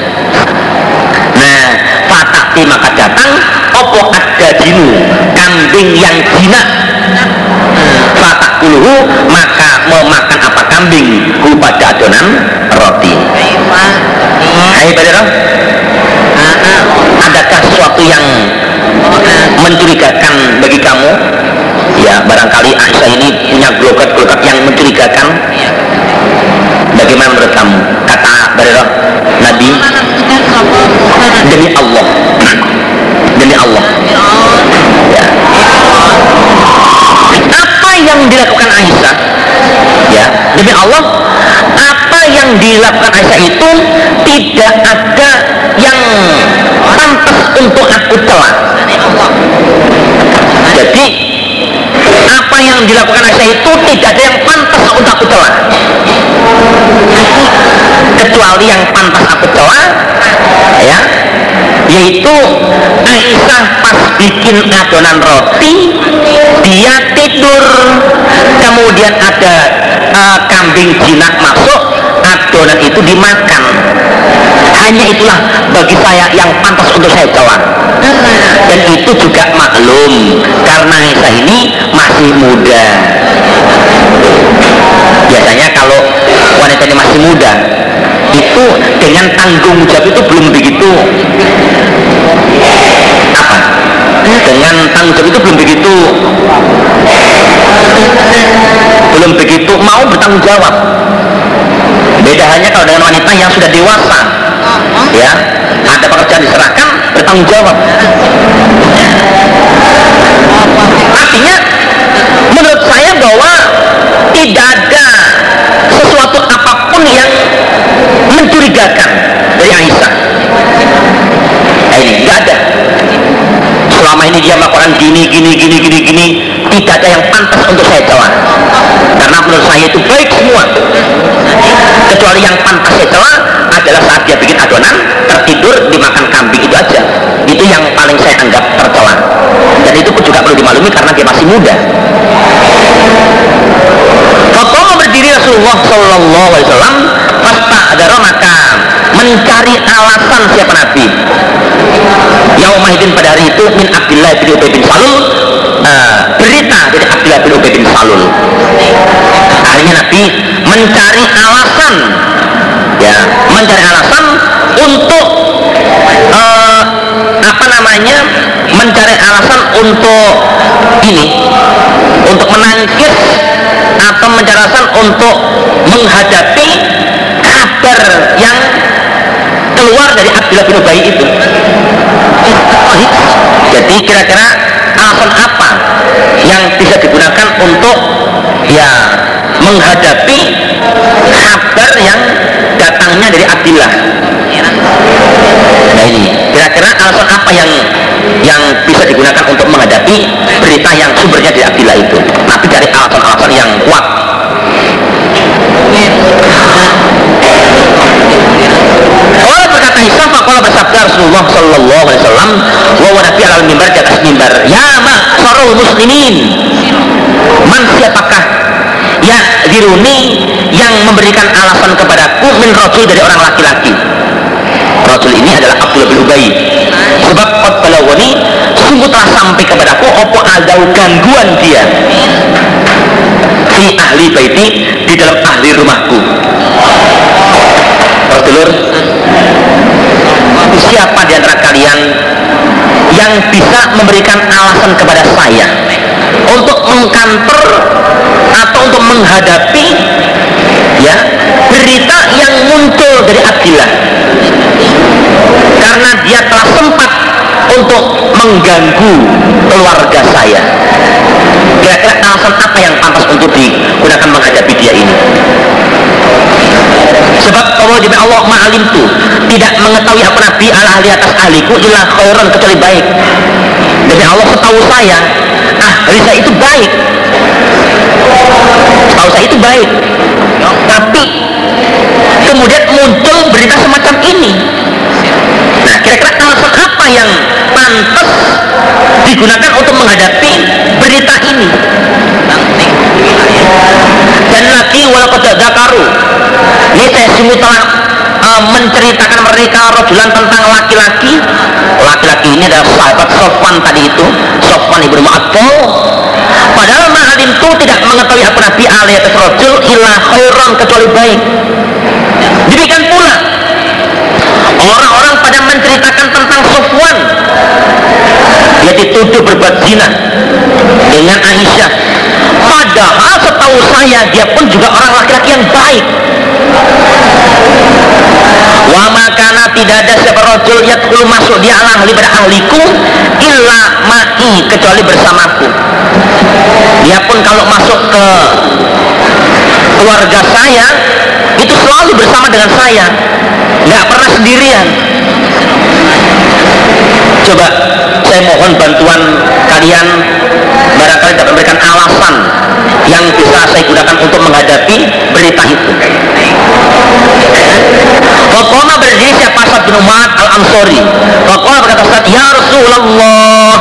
S1: Nah, fatakti maka datang opo ada jinu kambing yang jinak. Fatakuluhu maka memakan apa kambing ku pada adonan roti. Hai Badara, adakah sesuatu yang mencurigakan bagi kamu? Ya, barangkali Aisyah ini punya glokat-glokat yang mencurigakan. Bagaimana menurut kamu? Kata Badara, Nabi, demi Allah, demi Allah, ya. Apa yang dilakukan Aisyah, ya, demi Allah, apa yang dilakukan Aisyah itu tidak ada yang pantas untuk aku cela. Jadi apa yang dilakukan Aisyah itu tidak ada yang pantas untuk aku cela, kecuali yang pantas aku cela, ya, yaitu Aisyah pas bikin adonan roti dia tidur, kemudian ada uh, kambing jinak masuk, adonan itu dimakan. Hanya itulah bagi saya yang pantas untuk saya cela. Dan itu juga maklum karena Aisyah ini masih muda. Biasanya kalau wanita ini masih muda itu dengan tanggung jawab itu belum begitu apa? Dengan tanggung jawab itu belum begitu belum begitu mau bertanggung jawab. Beda hanya kalau dengan wanita yang sudah dewasa, ya, ada pekerjaan diserahkan, bertanggung jawab. Artinya menurut saya bahwa tidak ada sesuatu apapun yang mencurigakan dari Aisyah. Nah, ini tidak ada. Selama ini dia melakukan gini, gini, gini, gini, gini, tidak ada yang pantas untuk saya cela. Karena menurut saya itu baik semua. Kecuali yang pantas saya cela adalah saat dia bikin adonan, tertidur, dimakan kambing, itu aja. Itu yang paling saya anggap tercela. Dan itu pun juga perlu dimaklumi karena dia masih muda. Waktu berdiri Rasulullah Shallallahu Alaihi Wasallam, fasta'dara maka mencari alasan siapa Nabi. Yaumahidin pada hari itu min Abdillah bin Ubay bin Salul, uh, berita dari Abdillah bin Ubay bin Salul. Akhirnya Nabi mencari alasan, ya, mencari alasan untuk uh, apa namanya, mencari alasan untuk ini, untuk menangkis atau mencari alasan untuk menghadapi kabar yang keluar dari Abdillah bin Ubay itu. Jadi kira-kira alasan apa yang bisa digunakan untuk, ya, menghadapi kabar yang datangnya dari Abdillah. Nah ini kira-kira alasan apa yang yang bisa digunakan untuk menghadapi berita yang sumbernya dari Abdillah itu. Tapi dari alasan-alasan yang kuat. Oh, berkata Aisyah, faqala bersabda Rasulullah Sallallahu Alaihi Wasallam, wa nabi alal mimbar, di atas mimbar, ya ma'syarul muslimin, man siapakah ya diruni yang memberikan alasan kepadaku min rajul dari orang laki-laki. Rajul ini adalah Abdullah bin Ubay. Sebab qad balawani, sungguh telah sampai kepadaku opo adau gangguan dia fi ahli baiti, di dalam ahli rumahku. Dulur, siapa di antara kalian yang bisa memberikan alasan kepada saya untuk mengkanter atau untuk menghadapi, ya, berita yang muncul dari Abdillah karena dia telah sempat untuk mengganggu keluarga saya. Kira-kira alasan apa yang pantas untuk digunakan menghadapi dia ini? Sebab Allah demi Allah ma'alim tu tidak mengetahui aku Nabi ala ahli atas ahliku illa khairan kecuali baik. Demi Allah setahu saya ah Risa itu baik, setahu saya itu baik, tapi kemudian muncul berita semacam ini. Nah kira-kira alasan apa yang pantas digunakan untuk menghadapi berita ini? Dan lagi walaupun dzakaru, ini saya sungguh telah uh, menceritakan mereka rojulan tentang laki-laki. Laki-laki ini adalah sahabat Sofwan tadi itu, Sofwan ibnu Mu'attal. Padahal ma'alim itu tidak mengetahui aku Nabi alaihi atas rojul illa khairan kecuali baik. Demikian pula orang-orang pada menceritakan tentang Sofwan, dia dituduh berbuat zina dengan Aisyah, padahal setahu saya dia pun juga orang laki-laki yang baik. Wa makana tidak ada siapa rojul yadkhul masuk dia ala ahli pada ahliku illa ma'i kecuali bersamaku. Dia pun kalau masuk ke keluarga saya itu selalu bersama dengan saya, nggak pernah sendirian. Coba saya mohon bantuan kalian, barangkali dapat memberikan alasan yang bisa saya gunakan untuk menghadapi berita itu. Waqama berdiri siapa Sa'd bin Mu'adz al-Ansori. Waqama berkata Sa'd, ya Rasulullah,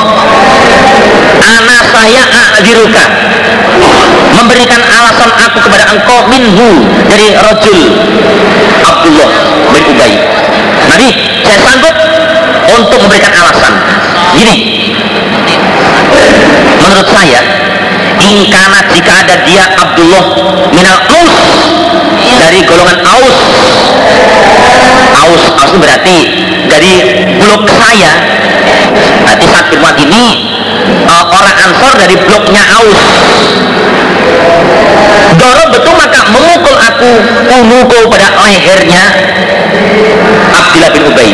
S1: ana saya a'dziruka, memberikan alasan aku kepada engkau minhu dari rajul Abdullah bin Ubay. Nabi, saya sanggup untuk memberikan alasan. Gini, menurut saya, ingkana jika ada dia Abdullah minal Aus, dari golongan Aus. Aus, Aus itu berarti dari blok saya. Berarti Sa'd bin Mu'adz ini uh, orang Ansor dari bloknya Aus. Dorong betul maka memukul aku memukul pada lehernya Abdullah bin Ubay.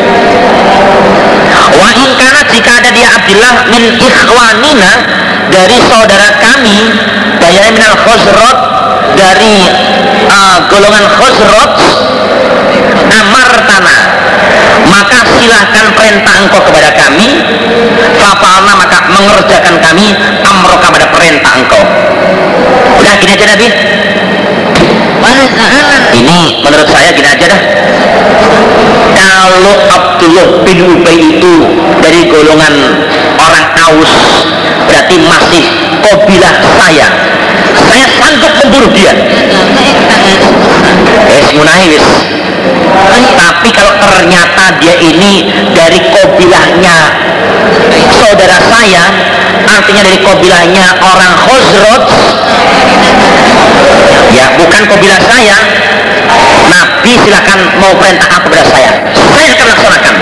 S1: Wa ingkana jika ada dia Abdullah min ikhwanina, dari saudara kami, bayarnya minal Khazraj, dari uh, golongan Khazraj, amartana, maka silahkan perintah engkau kepada kami, fafalna, maka mengerjakan kami amroka pada perintah engkau. Udah gini aja Nabi, ini menurut saya gini aja dah. Kalau Abdullah bin Ubay itu dari golongan orang Aus, berarti masih kabilah saya, saya sanggup membunuh dia. Eh, semuanya wis. Tapi kalau ternyata dia ini dari kabilahnya saudara saya, artinya dari kabilahnya orang Khazraj, ya bukan kabilah saya, Nabi silakan mau perintah apa kepada saya, saya akan laksanakan.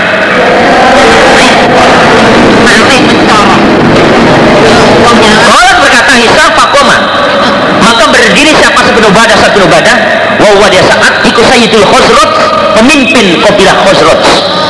S1: Kalau berkata Hisab Fakoma, maka berdiri siapa Sa'd bin Ubadah, Sa'd bin Ubadah, wa dia saat ikut Sayyidul Khazraj, pemimpin kabilah Khazraj.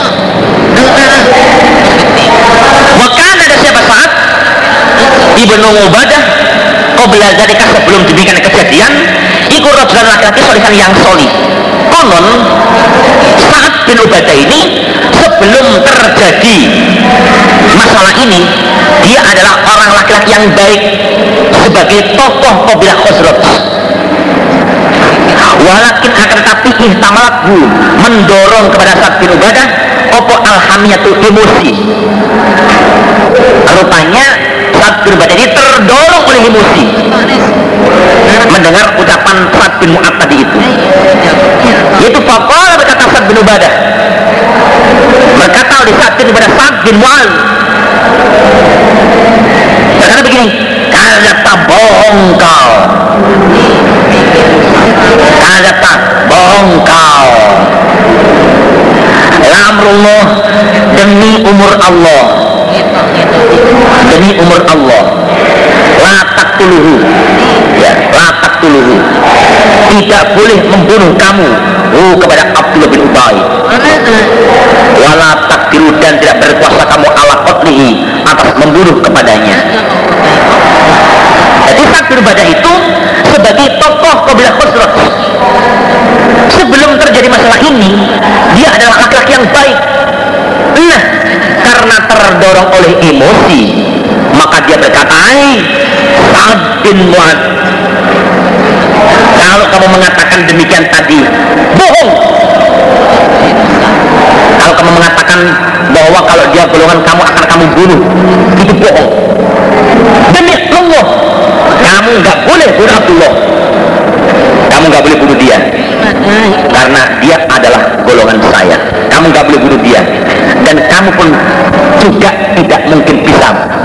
S1: Maka ada siapa Sa'ad ibnu Ubadah, qabla dzalika, sebelum demikian kejadian, ikut rajulan laki-laki solihan yang soli. Konon Sa'ad bin Ubadah ini sebelum terjadi masalah ini, dia adalah orang laki-laki yang baik sebagai tokoh kabilah Khazraj. Walakin akan tetapi ihtamalathu, mendorong kepada Sa'ad bin Ubadah opo alhamiyatu, emosi. Rupanya Sa'ad bin Ubadah ini terdorong oleh emosi mendengar ucapan Sa'ad bin Mu'adz tadi itu. Yaitu faqala, berkata Sa'ad bin Ubadah, berkata oleh Sa'ad bin Ubadah, Sa'ad bin Mu'adz berkata begini, kata bohong kau, kata bohong kau, lamrullah, demi umur Allah, demi umur Allah, la taqtuluhu, ya, la taqtuluhu, tidak boleh membunuh kamu, oh, kepada Abdullah bin Ubay, wala taqdiru, dan tidak berkuasa kamu ala qatlihi, atas membunuh kepadanya. Jadi Sa'd bin Ubadah itu sebagai tokoh kabilah Khazraj sebelum terjadi terdorong oleh emosi, maka dia berkata, "Hai Sa'ad bin Mu'ad, kalau kamu mengatakan demikian tadi, bohong. Kalau kamu mengatakan bahwa kalau dia golongan kamu akan kamu bunuh, itu bohong. Demi Allah, kamu nggak boleh bunuh Abdullah. Kamu nggak boleh bunuh dia, karena dia adalah golongan saya. Kamu nggak boleh bunuh dia, dan kamu pun juga tidak mungkin bisa